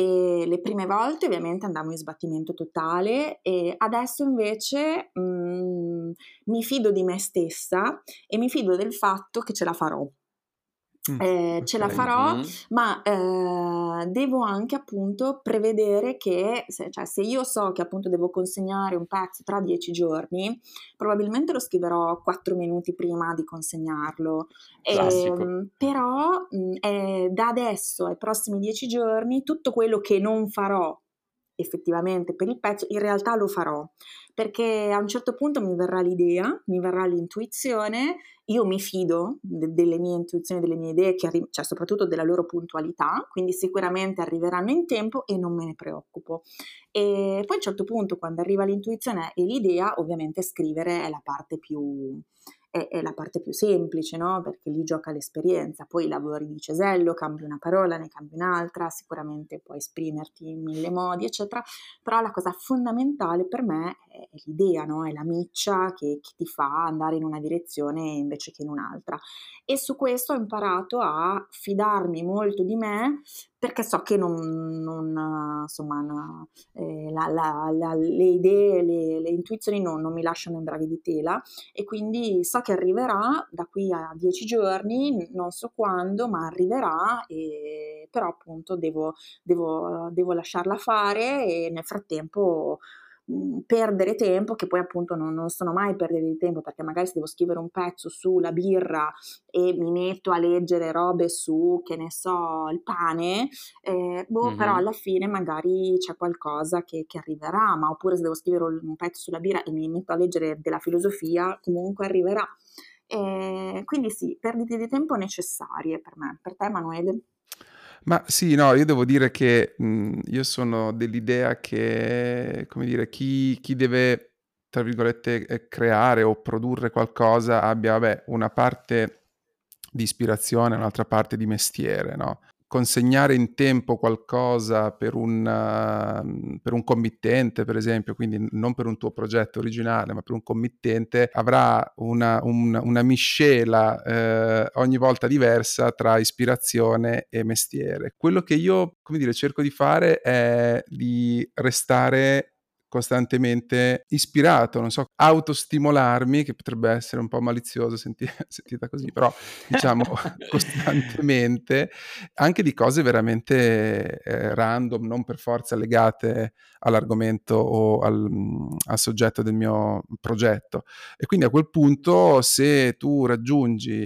e le prime volte ovviamente andavo in sbattimento totale, e adesso invece mm, mi fido di me stessa e mi fido del fatto che ce la farò. Mm, Eh, ce la ok. farò, Mhm. ma eh, devo anche appunto prevedere che, se, cioè, se io so che appunto devo consegnare un pezzo tra dieci giorni, probabilmente lo scriverò quattro minuti prima di consegnarlo. Classico. Ehm, però mh, eh, da adesso ai prossimi dieci giorni tutto quello che non farò effettivamente per il pezzo in realtà lo farò, perché a un certo punto mi verrà l'idea, mi verrà l'intuizione, io mi fido de- delle mie intuizioni, delle mie idee, che arri- cioè soprattutto della loro puntualità, quindi sicuramente arriveranno in tempo e non me ne preoccupo. E poi a un certo punto, quando arriva l'intuizione e l'idea, ovviamente scrivere è la parte più, è, è la parte più semplice, no? Perché lì gioca l'esperienza, poi lavori di cesello, cambi una parola, ne cambi un'altra, sicuramente puoi esprimerti in mille modi, eccetera, però la cosa fondamentale per me è, è l'idea, no? È la miccia che, che ti fa andare in una direzione invece che in un'altra. E su questo ho imparato a fidarmi molto di me, perché so che non, non, insomma, no, eh, la, la, la, le idee, le, le intuizioni non, non mi lasciano in bravi di tela, e quindi so che arriverà da qui a dieci giorni, non so quando, ma arriverà, e, però appunto devo, devo, devo lasciarla fare e nel frattempo mh, perdere tempo, che poi appunto non, non sono mai perdere di tempo, perché magari se devo scrivere un pezzo sulla birra e mi metto a leggere robe su, che ne so, il pane, eh, boh, però Mhm. alla fine magari c'è qualcosa che, che arriverà, ma oppure se devo scrivere un pezzo sulla birra e mi metto a leggere della filosofia, comunque arriverà. Eh, quindi sì, perdite di tempo necessarie per me. Per te, Emanuele? Ma sì, no, io devo dire che mh, io sono dell'idea che, come dire, chi, chi deve, tra virgolette, eh, creare o produrre qualcosa abbia, vabbè, una parte di ispirazione e un'altra parte di mestiere, no? Consegnare in tempo qualcosa per un, uh, per un committente, per esempio, quindi n- non per un tuo progetto originale, ma per un committente, avrà una, un- una miscela eh, ogni volta diversa tra ispirazione e mestiere. Quello che io, come dire, cerco di fare è di restare costantemente ispirato, non so, autostimolarmi, che potrebbe essere un po' malizioso senti- sentita così, però diciamo costantemente, anche di cose veramente eh, random, non per forza legate all'argomento o al, al soggetto del mio progetto. E quindi a quel punto, se tu raggiungi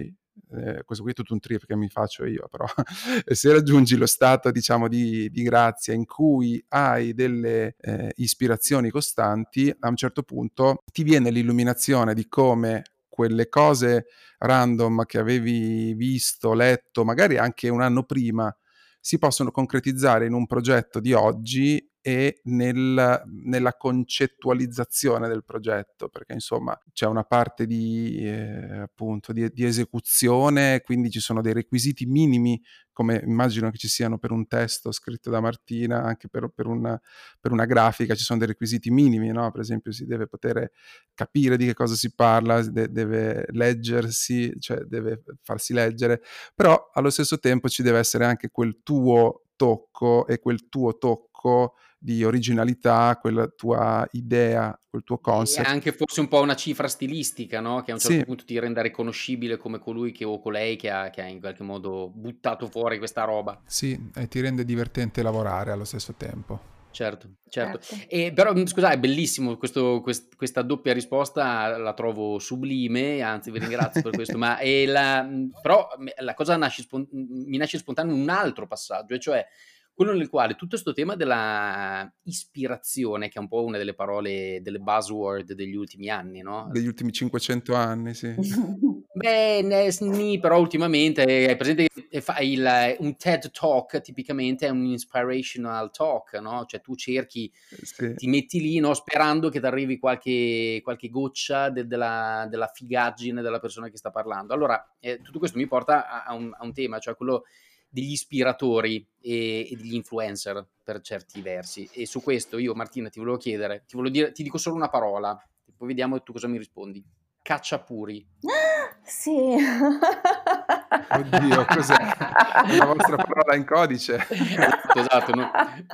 eh, questo qui è tutto un trip che mi faccio io, però se raggiungi lo stato, diciamo, di, di grazia in cui hai delle eh, ispirazioni costanti, a un certo punto ti viene l'illuminazione di come quelle cose random che avevi visto, letto, magari anche un anno prima, si possono concretizzare in un progetto di oggi e nel, nella concettualizzazione del progetto, perché insomma c'è una parte di, eh, appunto, di, di esecuzione, quindi ci sono dei requisiti minimi, come immagino che ci siano per un testo scritto da Martina, anche per, per, una, per una grafica ci sono dei requisiti minimi, no? Per esempio si deve poter capire di che cosa si parla, de- deve leggersi, cioè deve farsi leggere, però allo stesso tempo ci deve essere anche quel tuo tocco e quel tuo tocco di originalità, quella tua idea, quel tuo E concept. anche forse un po' una cifra stilistica, no? Che a un certo Sì, punto ti renda riconoscibile come colui che, o colei che ha, che ha in qualche modo buttato fuori questa roba. sì, e ti rende divertente lavorare allo stesso tempo. Certo, certo. Certo. E però mh, scusa, è bellissimo questo, quest- questa doppia risposta, la trovo sublime, anzi vi ringrazio per questo, ma è la, mh, però m- la cosa nasce spon- mh, mi nasce spontaneo un altro passaggio, e cioè quello nel quale tutto questo tema della ispirazione, che è un po' una delle parole, delle buzzword degli ultimi anni, no? Degli ultimi cinquecento anni, sì. Beh, ne sni, però ultimamente hai presente che fa il, un TED Talk tipicamente è un inspirational talk, no? Cioè tu cerchi, Sì. ti metti lì, no, sperando che ti arrivi qualche, qualche goccia de- della, della figaggine della persona che sta parlando. Allora, eh, tutto questo mi porta a, a, un, a un tema, cioè quello degli ispiratori e, e degli influencer per certi versi. E su questo io, Martina, ti volevo chiedere, ti, volevo dire, ti dico solo una parola, poi vediamo tu cosa mi rispondi. Cacciapuri. Sì. Oddio, cos'è? Una vostra parola in codice? Esatto, esatto. No.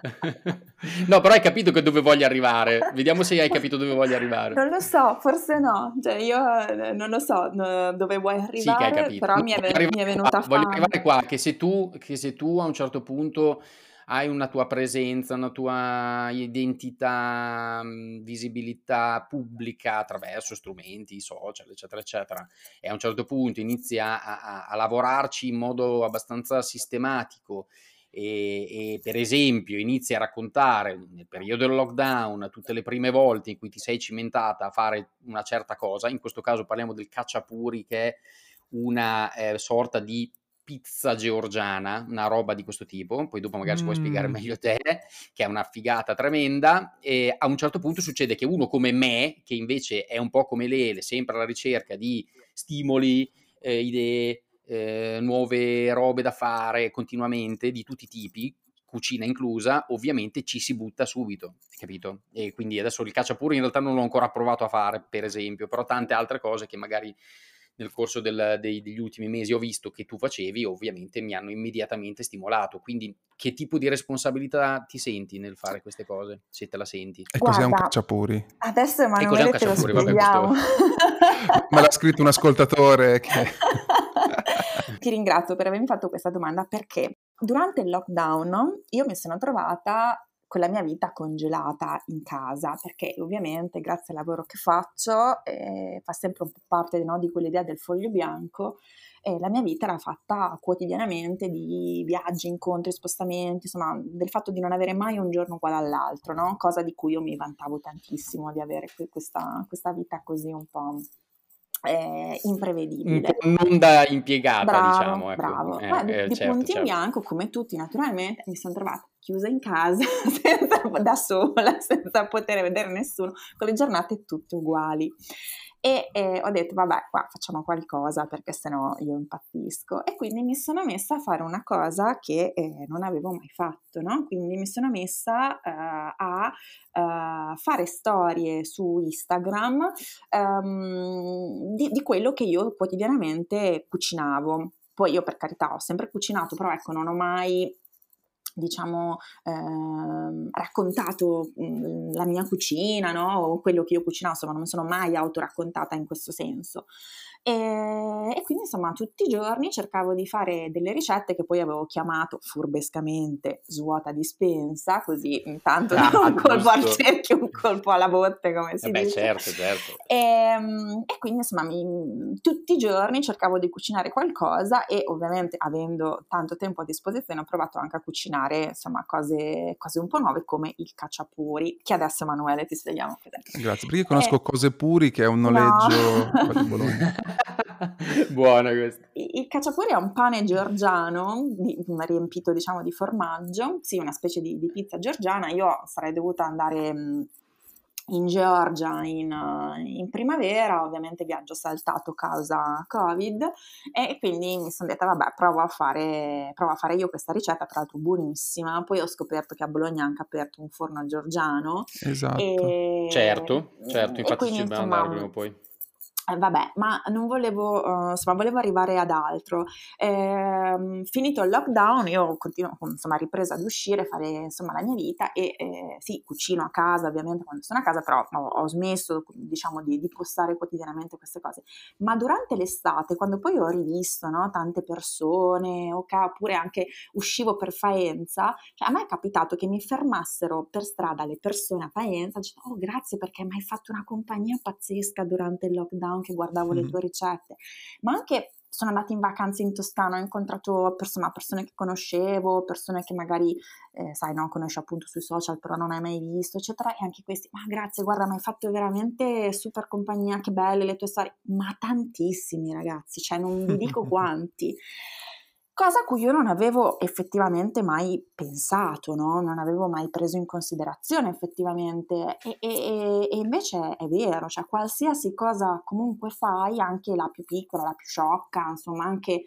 No, però hai capito che dove voglio arrivare. Vediamo se hai capito dove voglio arrivare. Non lo so, forse no. Cioè, io eh, non lo so no, dove vuoi Sì che hai arrivare, capito. però No, mi è, voglio ven- mi è arrivare qua, venuta voglio fame. arrivare qua che se tu, che se tu a un certo punto hai una tua presenza, una tua identità, mh, visibilità pubblica attraverso strumenti, social, eccetera, eccetera, e a un certo punto inizi a, a- a lavorarci in modo abbastanza sistematico e, e per esempio inizi a raccontare nel periodo del lockdown tutte le prime volte in cui ti sei cimentata a fare una certa cosa, in questo caso parliamo del cacciapuri, che è una eh, sorta di pizza georgiana, una roba di questo tipo, poi dopo magari ci puoi spiegare Mm. meglio te, che è una figata tremenda, e a un certo punto succede che uno come me, che invece è un po' come Lele, sempre alla ricerca di stimoli, eh, idee, eh, nuove robe da fare continuamente, di tutti i tipi, cucina inclusa, ovviamente ci si butta subito, capito? E quindi adesso il cacciapuri in realtà non l'ho ancora provato a fare, per esempio, però tante altre cose che magari nel corso del, dei, degli ultimi mesi ho visto che tu facevi, ovviamente mi hanno immediatamente stimolato. Quindi che tipo di responsabilità ti senti nel fare queste cose, se te la senti? E cos'è un Guarda, cacciapuri? adesso E cos'è un Emanuele te lo cacciapuri? Vabbè, questo... spieghiamo. Me l'ha scritto un ascoltatore che... Ti ringrazio per avermi fatto questa domanda perché durante il lockdown io mi sono trovata con la mia vita congelata in casa, perché ovviamente grazie al lavoro che faccio eh, fa sempre un po' parte, no, di quell'idea del foglio bianco. E la mia vita era fatta quotidianamente di viaggi, incontri, spostamenti, insomma, del fatto di non avere mai un giorno uguale all'altro, no? Cosa di cui io mi vantavo tantissimo, di avere questa, questa vita così un po' eh, Un imprevedibile. po' non da impiegata, Bravo, diciamo, ecco. bravo. Eh, Ma di, eh, di certo, punto in certo. bianco, come tutti naturalmente, mi sono trovata chiusa in casa, senza, da sola, senza poter vedere nessuno, con le giornate tutte uguali. E eh, ho detto, vabbè, qua facciamo qualcosa perché sennò io impazzisco. E quindi mi sono messa a fare una cosa che eh, non avevo mai fatto, no? Quindi mi sono messa uh, a uh, fare storie su Instagram um, di, di quello che io quotidianamente cucinavo. Poi io per carità ho sempre cucinato, però ecco non ho mai diciamo ehm, raccontato mh, la mia cucina, no? O quello che io cucinavo, insomma non mi sono mai autoraccontata in questo senso. E, e quindi insomma tutti i giorni cercavo di fare delle ricette che poi avevo chiamato furbescamente svuota dispensa, così intanto Ah, un colpo al giusto. cerchio, un colpo alla botte, come si Eh beh, dice. certo, certo. E, e quindi insomma mi, tutti i giorni cercavo di cucinare qualcosa e ovviamente avendo tanto tempo a disposizione ho provato anche a cucinare insomma cose, cose un po' nuove come il cacciapuri, che adesso Emanuele ti spieghiamo cos'è. Grazie, perché io Eh, conosco Cose Puri che è un no. noleggio qua di Bologna. Buona questa. I- Il cacciapuri è un pane georgiano di- riempito diciamo di formaggio, sì, una specie di, di pizza georgiana. Io sarei dovuta andare mh, in Georgia in, eh, in primavera, ovviamente viaggio saltato causa Covid e quindi mi sono detta vabbè provo a fare, provo a fare io questa ricetta, tra l'altro buonissima. Poi ho scoperto che a Bologna ha anche aperto un forno georgiano Esatto. e, Certo, certo, e infatti ci quindi dobbiamo insomma andare prima o poi. eh, vabbè, ma non volevo, uhm, insomma volevo arrivare ad altro. Ehm, finito il lockdown io continuo con insomma ripreso ad uscire, fare insomma la mia vita e, ehm, sì, cucino a casa ovviamente quando sono a casa, però ho ho smesso diciamo di di postare quotidianamente queste cose. Ma durante l'estate, quando poi ho rivisto, no, tante persone, oka oppure anche uscivo per Faenza, cioè a me è capitato che mi fermassero per strada le persone a Faenza dicendo: "Oh grazie perché m'hai fatto una compagnia pazzesca durante il lockdown che guardavo le Mh-mh. tue ricette", ma anche sono andata in vacanza in Toscana, ho incontrato persona persone che conoscevo, persone che magari, ehm, sai, no, conosci appunto sui social però non hai mai visto, eccetera, e anche questi: "Ma grazie, guarda m'hai fatto veramente super compagnia, che belle le tue storie", ma tantissimi ragazzi, cioè non vi dico quanti. Cosa a cui io non avevo effettivamente mai pensato, no, non avevo mai preso in considerazione effettivamente e e e e invece è vero, cioè qualsiasi cosa comunque fai, anche la più piccola, la più sciocca, insomma anche,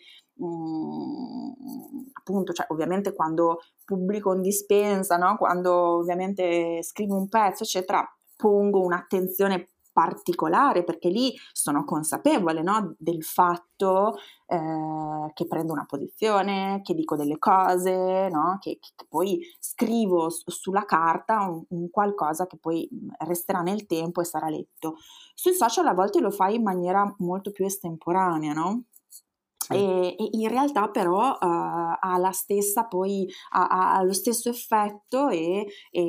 mhmm, appunto, cioè ovviamente quando pubblico in dispensa, no, quando ovviamente scrivo un pezzo, eccetera, pongo un'attenzione particolare perché lì sono consapevole, no, del fatto ehm, che prendo una posizione, che dico delle cose, no, che che che poi scrivo s sulla carta un un qualcosa che poi, mhmm, resterà nel tempo e sarà letto. Sui social a volte lo fai in maniera molto più estemporanea, no, Sì. e e in realtà però, uhm, ha la stessa poi ha ha ha lo stesso effetto e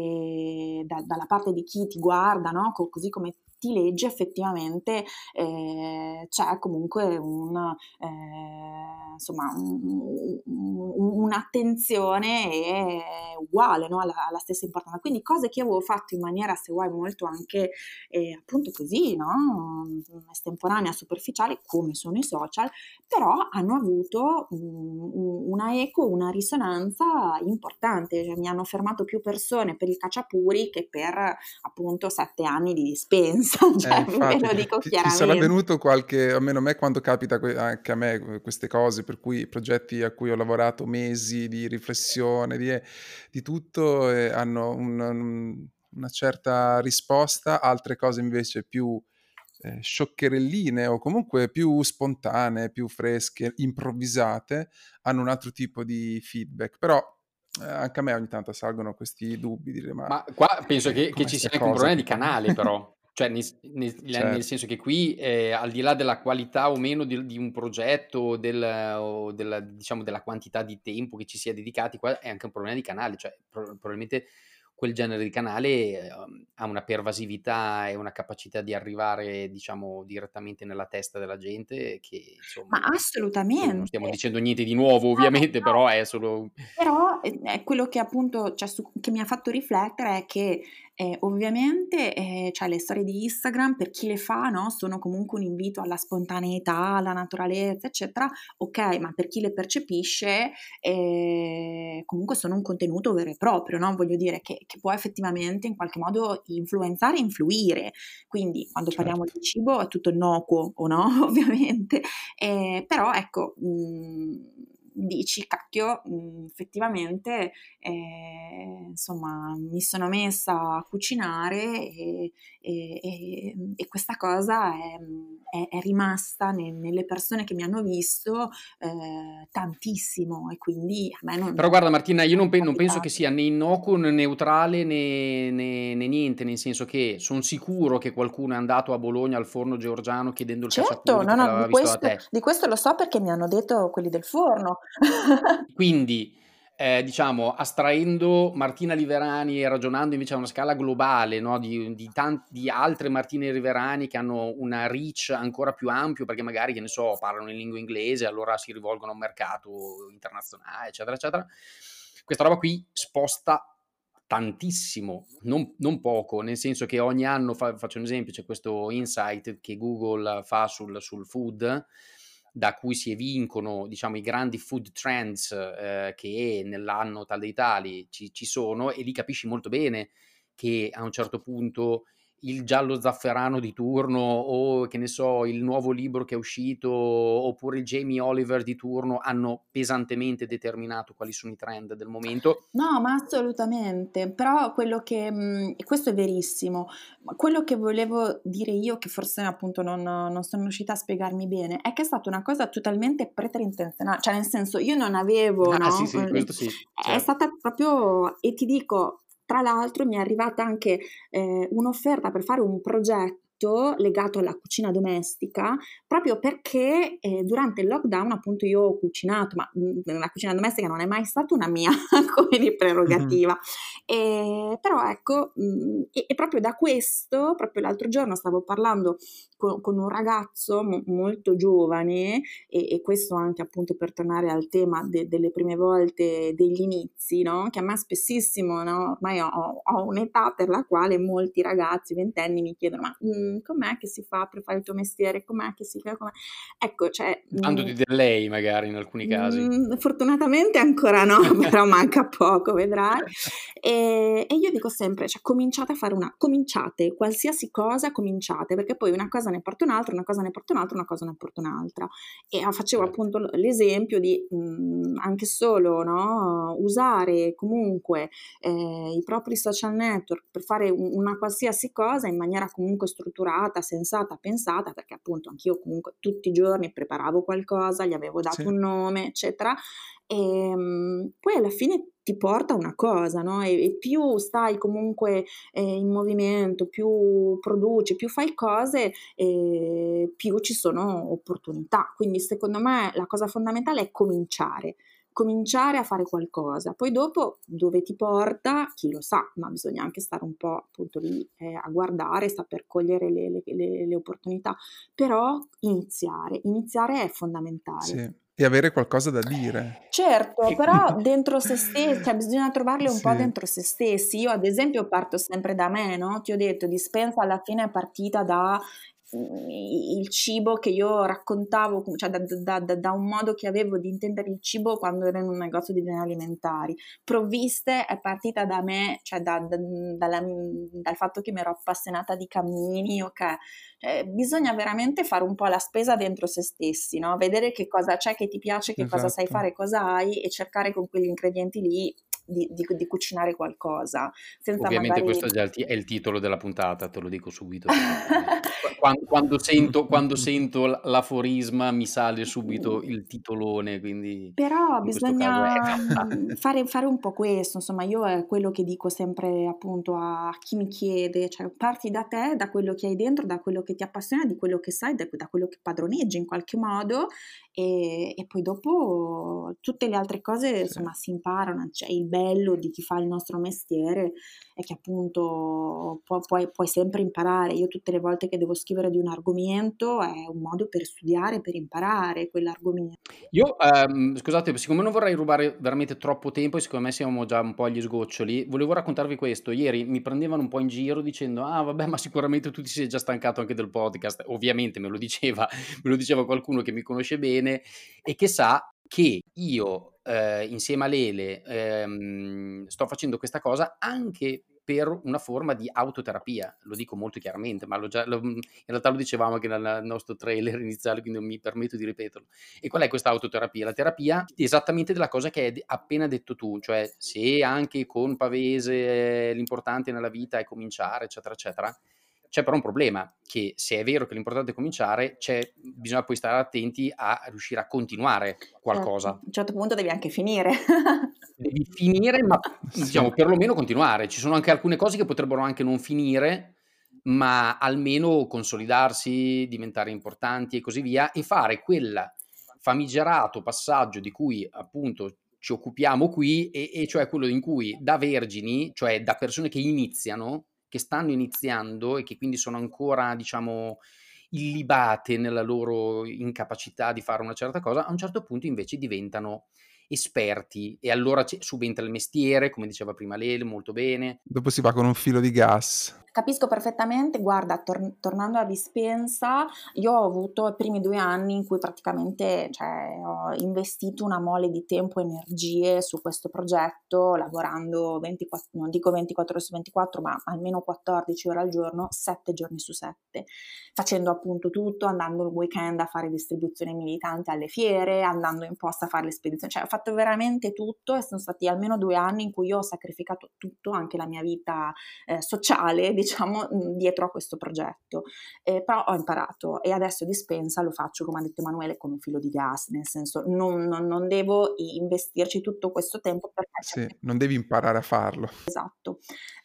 e da dalla parte di chi ti guarda, no, co così come ti legge effettivamente, ehm, c'è comunque un ehm, insomma un u u un'attenzione e uguale, no, ha la ha la stessa importanza. Quindi cose che io avevo fatto in maniera, se vuoi, molto anche, ehm, appunto così, no, mhmm, estemporanea, superficiale, come sono i social, però hanno avuto, mhmm, u una eco, una risonanza importante, cioè mi hanno fermato più persone per il cacciapuri che per appunto sette anni di dispensa, Eh, cioè ve infatti lo dico ti ti sarà chiaramente. venuto qualche almeno a me quando capita que anche a me, uhm, queste cose, per cui progetti a cui ho lavorato mesi di riflessione, di e di tutto, e hanno un mhmm, una certa risposta, altre cose invece più, ehm, scioccherelline o comunque più spontanee, più fresche, improvvisate, hanno un altro tipo di feedback. Però, ehm, anche a me ogni tanto salgono questi dubbi, dire: "Ma, Ma qua penso ehm, che che com'è ci sia 'sta anche un cosa problema che di poi" canale però. Cioè nel s nel la nel Certo. senso che qui, ehm, al di là della qualità o meno del di un progetto o del o della diciamo della quantità di tempo che ci si è dedicati, qua è anche un problema di canale, cioè pro probabilmente quel genere di canale, uhm, ha una pervasività e una capacità di arrivare, diciamo, direttamente nella testa della gente che Ma insomma poi non assolutamente. stiamo dicendo niente di nuovo No, ovviamente, no. però è solo Però, ehm, è quello che appunto cioè su che mi ha fatto riflettere è che, ehm, ovviamente, ehm, cioè le storie di Instagram per chi le fa, no, sono comunque un invito alla spontaneità, alla naturalezza, eccetera, okay, ma per chi le percepisce, ehm, comunque sono un contenuto vero e proprio, no, voglio dire che che può effettivamente in qualche modo influenzare e influire. Quindi quando parliamo Certo. di cibo è tutto innocuo o no, ovviamente, ehm, però ecco, mhmm dici cacchio, mh, effettivamente eh, insomma mi sono messa a cucinare e, e- e- e questa cosa è, è- è rimasta ne- nelle persone che mi hanno visto eh, tantissimo, e quindi a me non Però guarda Martina, io non, non è pe- non penso che capitato. sia né innocuo né neutrale né, né- né niente, nel senso che sono sicuro che qualcuno è andato a Bologna al forno georgiano chiedendo il Certo, cacciapuri no, perché no, di l'aveva visto da questo, te. di questo lo so perché mi hanno detto quelli del forno. Quindi, eh, diciamo, astraendo Martina Liverani e ragionando invece a una scala globale, no, di, di, tan- di altre Martine Liverani che hanno una reach ancora più ampio, perché magari, che ne so, parlano in lingua inglese, allora si rivolgono a un mercato internazionale, eccetera, eccetera. Questa roba qui sposta tantissimo, non, non poco, nel senso che ogni anno, fa- faccio un esempio, c'è questo insight che Google fa sul, sul food, da cui si evincono, diciamo, i grandi food trends eh, che nell'anno tal dei tali ci, ci sono, e lì capisci molto bene che a un certo punto il giallo zafferano di turno, o che ne so, il nuovo libro che è uscito, oppure il Jamie Oliver di turno, hanno pesantemente determinato quali sono i trend del momento. No, ma assolutamente, però quello che, mh, e questo è verissimo, ma quello che volevo dire io, che forse appunto non, non sono riuscita a spiegarmi bene, è che è stata una cosa totalmente preterintenzionale, cioè nel senso io non avevo, Ah sì, no? sì, Eh, questo sì, È certo. stata proprio, e ti dico, tra l'altro mi è arrivata anche eh, un'offerta per fare un progetto legato alla cucina domestica, proprio perché eh, durante il lockdown appunto io ho cucinato, ma mh, la cucina domestica non è mai stata una mia come di prerogativa, e, però ecco, mh, e, e proprio da questo, proprio l'altro giorno stavo parlando con, con un ragazzo mo- molto giovane, e, e questo anche appunto per tornare al tema de- delle prime volte, degli inizi, no? Che a me spessissimo, no? Ormai ho, ho un'età per la quale molti ragazzi ventenni mi chiedono ma mh, com'è che si fa per fare il tuo mestiere, com'è che si fa, com'è? Ecco, cioè mh, Dandoti del lei magari in alcuni casi. mh, fortunatamente ancora no, però manca poco, vedrai. E, e io dico sempre, cioè, cominciate a fare una, cominciate, qualsiasi cosa cominciate, perché poi una cosa ne porta un'altra, una cosa ne porta un'altra, una cosa ne porta un'altra. E ah, facevo Certo. appunto l- l'esempio di mh, anche solo, no, usare comunque eh, i propri social network per fare un- una qualsiasi cosa in maniera comunque strutturata, sensata, pensata, perché appunto anch'io comunque tutti i giorni preparavo qualcosa, gli avevo dato Sì, un nome, eccetera. E mh, poi alla fine ti porta a una cosa, no? E, e più stai comunque eh, in movimento, più produci, più fai cose, eh, più ci sono opportunità. Quindi secondo me la cosa fondamentale è cominciare. Cominciare a fare qualcosa, poi dopo dove ti porta, chi lo sa, ma bisogna anche stare un po' appunto lì eh, a guardare, saper cogliere le, le- le- le opportunità, però iniziare, iniziare è fondamentale. sì. E avere qualcosa da dire. Certo, E- però dentro se stessi, cioè bisogna trovarle un po' Sì, dentro se stessi. Io ad esempio parto sempre da me, no? Ti ho detto, Dispensa alla fine è partita da mm, il cibo che io raccontavo, cioè da, da- da- da un modo che avevo di intendere il cibo quando ero in un negozio di beni alimentari. Provviste è partita da me, cioè da- da- dalla- dal fatto che mi ero appassionata di cammini, ok? Eh, bisogna veramente fare un po' la spesa dentro se stessi, no? Vedere che cosa c'è che ti piace, che cosa sai esatto. fare, cosa hai, e cercare con quegli ingredienti lì di, di- di cucinare qualcosa, senza Ovviamente magari... questo è già il, ti- è il titolo della puntata, te lo dico subito, perché qua- quando, quando sento, quando sento l- l'aforisma mi sale subito il titolone, quindi Però in questo caso è... bisogna mhmm, fare fare un po' questo, insomma io è quello che dico sempre appunto a chi mi chiede, cioè parti da te, da quello che hai dentro, da quello che ti appassiona, di quello che sai, da da quello che padroneggi in qualche modo, e e poi dopo tutte le altre cose Sì. insomma si imparano. Cioè il bello di chi fa il nostro mestiere è che appunto può puoi puoi sempre imparare. Io tutte le volte che devo scrivere di un argomento è un modo per studiare, per imparare quell'argomento. Io, ehm, scusate, siccome non vorrei rubare veramente troppo tempo e secondo me siamo già un po' agli sgoccioli, volevo raccontarvi questo. Ieri mi prendevano un po' in giro dicendo: "Ah vabbè, ma sicuramente tu ti sei già stancato anche del podcast". Ovviamente me lo diceva me lo diceva qualcuno che mi conosce bene e che sa che io, ehm, insieme a Lele, ehm, sto facendo questa cosa anche per una forma di autoterapia. Lo dico molto chiaramente, ma l'ho già lo mhmm, in realtà lo dicevamo anche nel nostro trailer iniziale, quindi non mi permetto di ripeterlo. E qual è questa autoterapia? La terapia esattamente della cosa che hai d appena detto tu, cioè se anche con Pavese l'importante nella vita è cominciare, eccetera, eccetera, c'è però un problema, che se è vero che l'importante è cominciare, c'è bisogna poi stare attenti a riuscire a continuare Certo, a qualcosa. un certo punto devi anche finire. Devi finire, ma Sì. diciamo perlomeno continuare. Ci sono anche alcune cose che potrebbero anche non finire, ma almeno consolidarsi, diventare importanti e così via, e fare quel famigerato passaggio di cui appunto ci occupiamo qui, e e cioè quello in cui da vergini, cioè da persone che iniziano, che stanno iniziando e che quindi sono ancora, diciamo, illibate nella loro incapacità di fare una certa cosa, a un certo punto invece diventano esperti, e allora c subentra il mestiere, come diceva prima Lele, molto bene. Dopo si va con un filo di gas. Capisco perfettamente, guarda, tor tornando a Dispensa, io ho avuto i primi due anni in cui praticamente, cioè, ho investito una mole di tempo e energie su questo progetto, lavorando ventiquatt non dico ventiquattro ore su ventiquattro, ma almeno quattordici ore al giorno, sette giorni su sette, facendo appunto tutto, andando il weekend a fare distribuzione militante alle fiere, andando in posta a fare le spedizioni, cioè ho fatto veramente tutto, e sono stati almeno due anni in cui io ho sacrificato tutto, anche la mia vita eh, sociale, diciamo, mh, dietro a questo progetto. Eh, però ho imparato, e adesso Dispensa lo faccio, come ha detto Emanuele, con un filo di gas, nel senso non, non, non devo investirci tutto questo tempo perché c'è Sì, non devi imparare a farlo. esatto.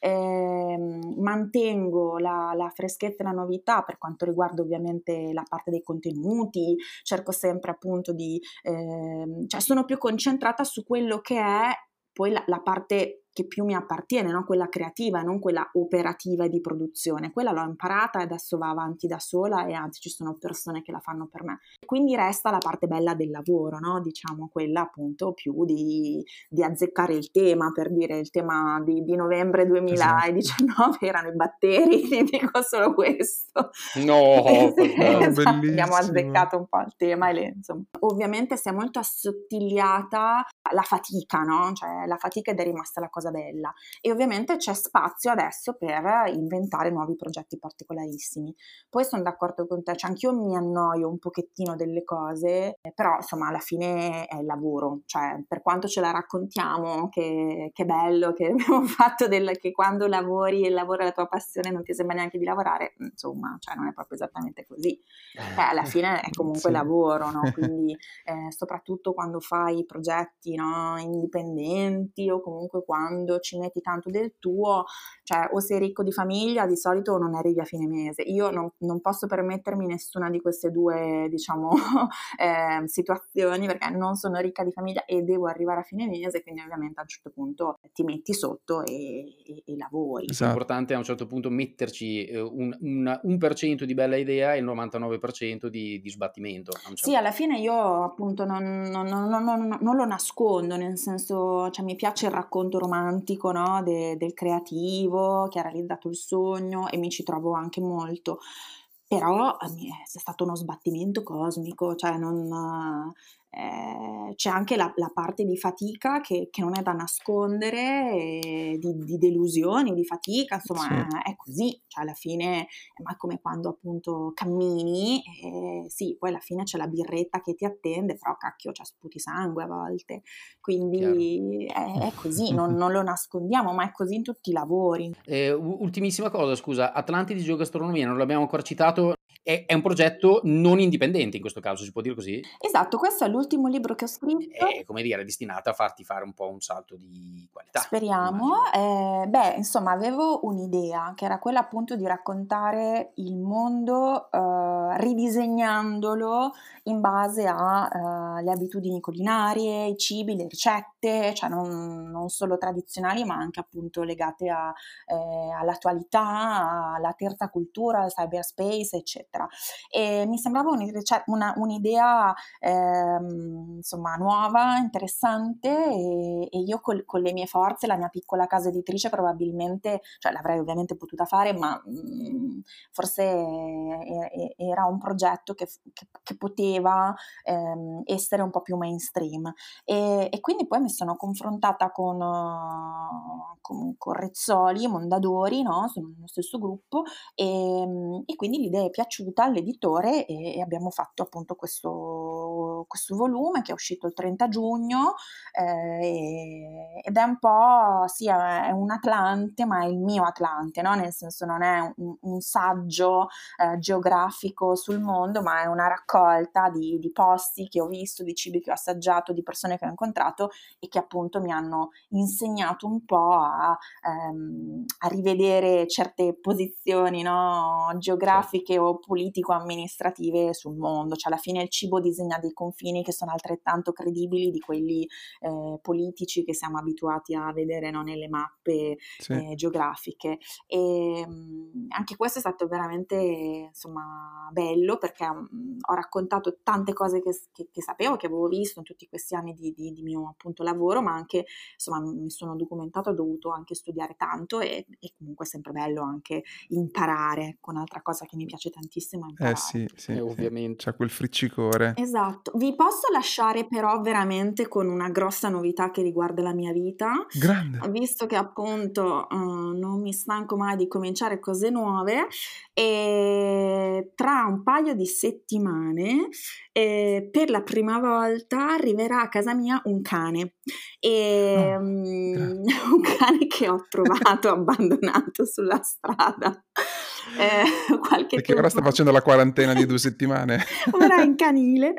Ehm, mantengo la la freschezza e la novità per quanto riguarda ovviamente la parte dei contenuti, cerco sempre appunto di ehm, cioè sono più concentrata su quello che è poi la la parte che più mi appartiene, no, quella creativa, non quella operativa e di produzione. Quella l'ho imparata e adesso va avanti da sola, e anzi ci sono persone che la fanno per me. Quindi resta la parte bella del lavoro, no, diciamo quella appunto più di di azzeccare il tema, per dire il tema di, di novembre Esatto. duemiladiciannove erano i batteri, ti dico solo questo. No, Sì, Oh, fantastico. esatto, abbiamo bellissimo. azzeccato un po' il tema e le, insomma. Ovviamente si è molto assottigliata la fatica, no? Cioè la fatica, ed è rimasta la cosa bella. E ovviamente c'è spazio adesso per inventare nuovi progetti particolarissimi. Poi sono d'accordo con te, cioè anch'io mi annoio un pochettino delle cose, eh, però insomma alla fine è il lavoro, cioè per quanto ce la raccontiamo che, che bello, che abbiamo fatto del, che quando lavori e il lavoro è la tua passione non ti sembra neanche di lavorare, insomma, cioè non è proprio esattamente così. Cioè, alla fine è comunque Sì. lavoro, no? Quindi eh, soprattutto quando fai progetti, no, indipendenti, o comunque quando ci metti tanto del tuo, cioè o sei ricco di famiglia di solito o non arrivi a fine mese. Io non, non posso permettermi nessuna di queste due, diciamo, eh, situazioni, perché non sono ricca di famiglia e devo arrivare a fine mese, quindi ovviamente a un certo punto ti metti sotto e, e, e lavori. Esatto. L'importante è a un certo punto metterci eh, un, un, un per cento di bella idea e il novantanove per cento di, di sbattimento. A un Sì, certo alla fine io appunto non, non- non- non- non- non lo nascondo, nel senso, cioè mi piace il racconto romantico, no, de- del creativo che ha realizzato il sogno, e mi ci trovo anche molto. Però eh, mi è stato uno sbattimento cosmico, cioè non, eh, c'è anche la, la parte di fatica che, che non è da nascondere, e di, di delusioni, di fatica, Sì. insomma è così, cioè alla fine ma è come quando appunto cammini, e sì, poi alla fine c'è la birretta che ti attende, però cacchio, cioè sputi sangue a volte, chiaro. quindi è, è così, non, non lo nascondiamo, ma è così in tutti i lavori. Eh, u- ultimissima cosa, scusa, Atlantidi Geogastronomia, non l'abbiamo ancora citato, è, è un progetto non indipendente in questo caso, si può dire così? Esatto, questo è l'ultimo libro che ho scritto. È, come dire, destinata a farti fare un po' un salto di qualità, Speriamo. immagino. Eh, beh, insomma, avevo un'idea che era quella appunto di raccontare il mondo eh, ridisegnandolo in base alle abitudini culinarie, i cibi, le ricette, cioè non, non solo tradizionali, ma anche appunto legate a, eh, all'attualità, alla terza cultura, al cyberspace, eccetera. E mi sembrava un'idea, cioè una- un'idea ehm, insomma nuova, interessante, e, e io col- con le mie forze, la mia piccola casa editrice probabilmente, cioè l'avrei ovviamente potuta fare, ma mh, forse e- e- era era un progetto che, che, che poteva ehm, essere un po' più mainstream, e, e quindi poi mi sono confrontata con, uh, con, con Rezzoli, Mondadori, no? Sono nello stesso gruppo, e, e quindi l'idea è piaciuta all'editore, e, e abbiamo fatto appunto questo, questo volume che è uscito il trenta giugno, eh, ed è un po', sì, è un Atlante, ma è il mio Atlante, no? Nel senso non è un, un saggio eh, geografico sul mondo, ma è una raccolta di, di posti che ho visto, di cibi che ho assaggiato, di persone che ho incontrato e che appunto mi hanno insegnato un po' a, ehm, a rivedere certe posizioni, no? Geografiche o politico-amministrative sul mondo. Cioè alla fine il cibo disegna dei confini che sono altrettanto credibili di quelli eh, politici che siamo abituati a vedere, no? Nelle mappe Sì. eh, geografiche. E mh, anche questo è stato veramente, insomma, bello, perché mh, ho raccontato tante cose che, che, che sapevo, che avevo visto in tutti questi anni di, di, di mio appunto lavoro, ma anche, insomma, mi sono documentato, ho dovuto anche studiare tanto, e, e comunque è sempre bello anche imparare, con un'altra cosa che mi piace tantissimo è imparare. Eh sì, sì, Eh, sì. ovviamente. C'ha quel friccicore. Esatto. Vi posso lasciare però veramente con una grossa novità che riguarda la mia vita, Grande. visto che appunto uh, non mi stanco mai di cominciare cose nuove, e tra un paio di settimane eh, per la prima volta arriverà a casa mia un cane, e, Oh, um, grande. un cane che ho trovato abbandonato sulla strada eh, qualche Perché ora sta tempo facendo la quarantena di due settimane. ora è in canile,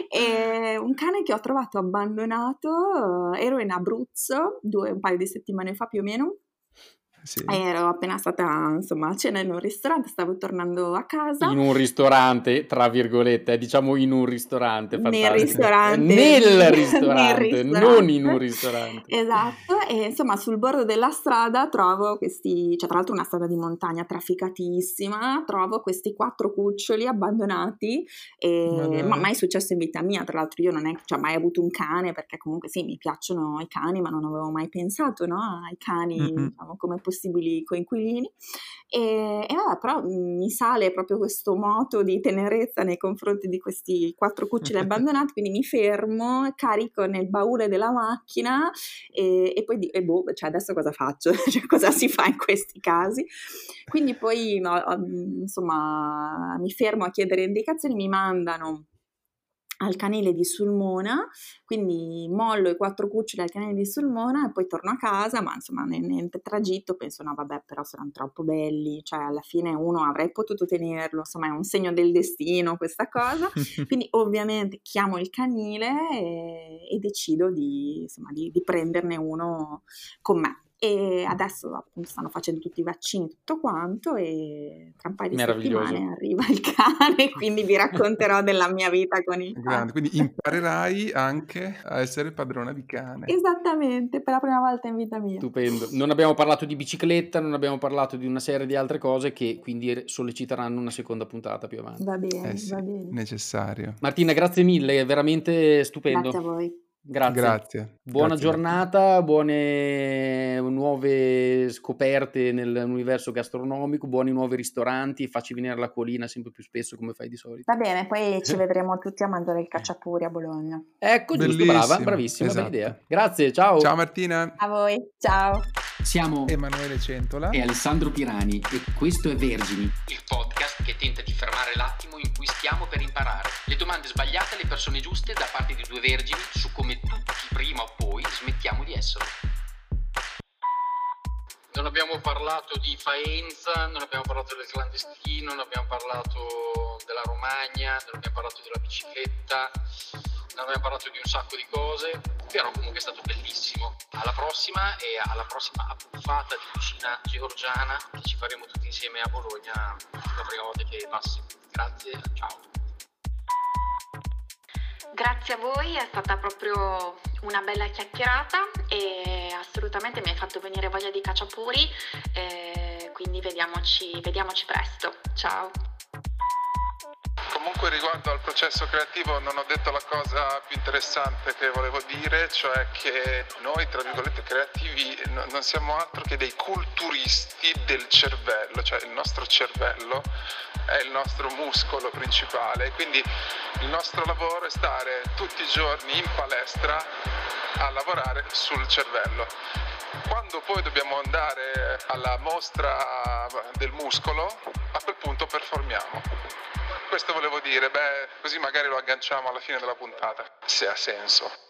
e un cane che ho trovato abbandonato, ero in Abruzzo due, un paio di settimane fa più o meno, Sì. ero appena stata insomma a cena in un ristorante, stavo tornando a casa. In un ristorante, tra virgolette, eh, diciamo in un ristorante, Nel fantastico. ristorante, Nel nel ristorante, ristorante. non in un ristorante. Esatto, e insomma sul bordo della strada trovo questi, cioè tra l'altro una strada di montagna trafficatissima, trovo questi quattro cuccioli abbandonati, e, Ma dai. ma mai successo in vita mia, tra l'altro io non è, cioè, mai avuto un cane, perché comunque sì, mi piacciono i cani, ma non avevo mai pensato, no, ai cani, Mm-mm. diciamo, come possibili coinquilini, e, e vabbè, però mi sale proprio questo moto di tenerezza nei confronti di questi quattro cuccioli abbandonati, quindi mi fermo, carico nel baule della macchina, e, e poi di, e boh, cioè adesso cosa faccio? Cioè, cosa si fa in questi casi? Quindi poi no, insomma mi fermo a chiedere indicazioni, mi mandano al canile di Sulmona, quindi mollo i quattro cuccioli al canile di Sulmona e poi torno a casa, ma insomma nel, nel tragitto penso no vabbè, però saranno troppo belli, cioè alla fine uno avrei potuto tenerlo, insomma è un segno del destino questa cosa, quindi ovviamente chiamo il canile e, e decido di, insomma, di, di prenderne uno con me. E adesso appunto stanno facendo tutti i vaccini, tutto quanto, e tra un paio di settimane arriva il cane, quindi vi racconterò della mia vita con il cane. Grande, quindi imparerai anche a essere padrona di cane. Esattamente, per la prima volta in vita mia. Stupendo. Non abbiamo parlato di bicicletta, non abbiamo parlato di una serie di altre cose che quindi solleciteranno una seconda puntata più avanti. Va bene, Eh sì, va bene. necessario. Martina, grazie mille, è veramente stupendo. Grazie a voi. Grazie. Grazie. Buona Grazie, giornata, buone nuove scoperte nell'universo gastronomico, buoni nuovi ristoranti, facci venire la colina sempre più spesso come fai di solito. Va bene, poi ci vedremo tutti a mangiare il cacciapuri a Bologna. Ecco, giusto, Bellissimo, brava, bravissima, esatto. bella idea. Grazie, ciao. Ciao Martina. A voi, ciao. Siamo Emanuele Centola e Alessandro Pirani e questo è Vergini, il podcast che tenta di fermare l'attimo in cui stiamo per imparare. Le domande sbagliate alle persone giuste da parte di due vergini su come tutti prima o poi smettiamo di esserlo. Non abbiamo parlato di Faenza, non abbiamo parlato del clandestino, non abbiamo parlato della Romagna, non abbiamo parlato della bicicletta, non abbiamo parlato di un sacco di cose, però comunque è stato bellissimo. Alla prossima e alla prossima abbuffata di cucina georgiana che ci faremo tutti insieme a Bologna la prima volta che passi. Grazie, ciao. Grazie a voi, è stata proprio una bella chiacchierata e assolutamente mi hai fatto venire voglia di cacciapuri, eh, quindi vediamoci, vediamoci presto. Ciao. Comunque riguardo al processo creativo non ho detto la cosa più interessante che volevo dire, cioè che noi tra virgolette creativi no, non siamo altro che dei culturisti del cervello, cioè il nostro cervello è il nostro muscolo principale, quindi il nostro lavoro è stare tutti i giorni in palestra a lavorare sul cervello. Quando poi dobbiamo andare alla mostra del muscolo, a quel punto performiamo. Questo volevo dire, beh, così magari lo agganciamo alla fine della puntata, se ha senso.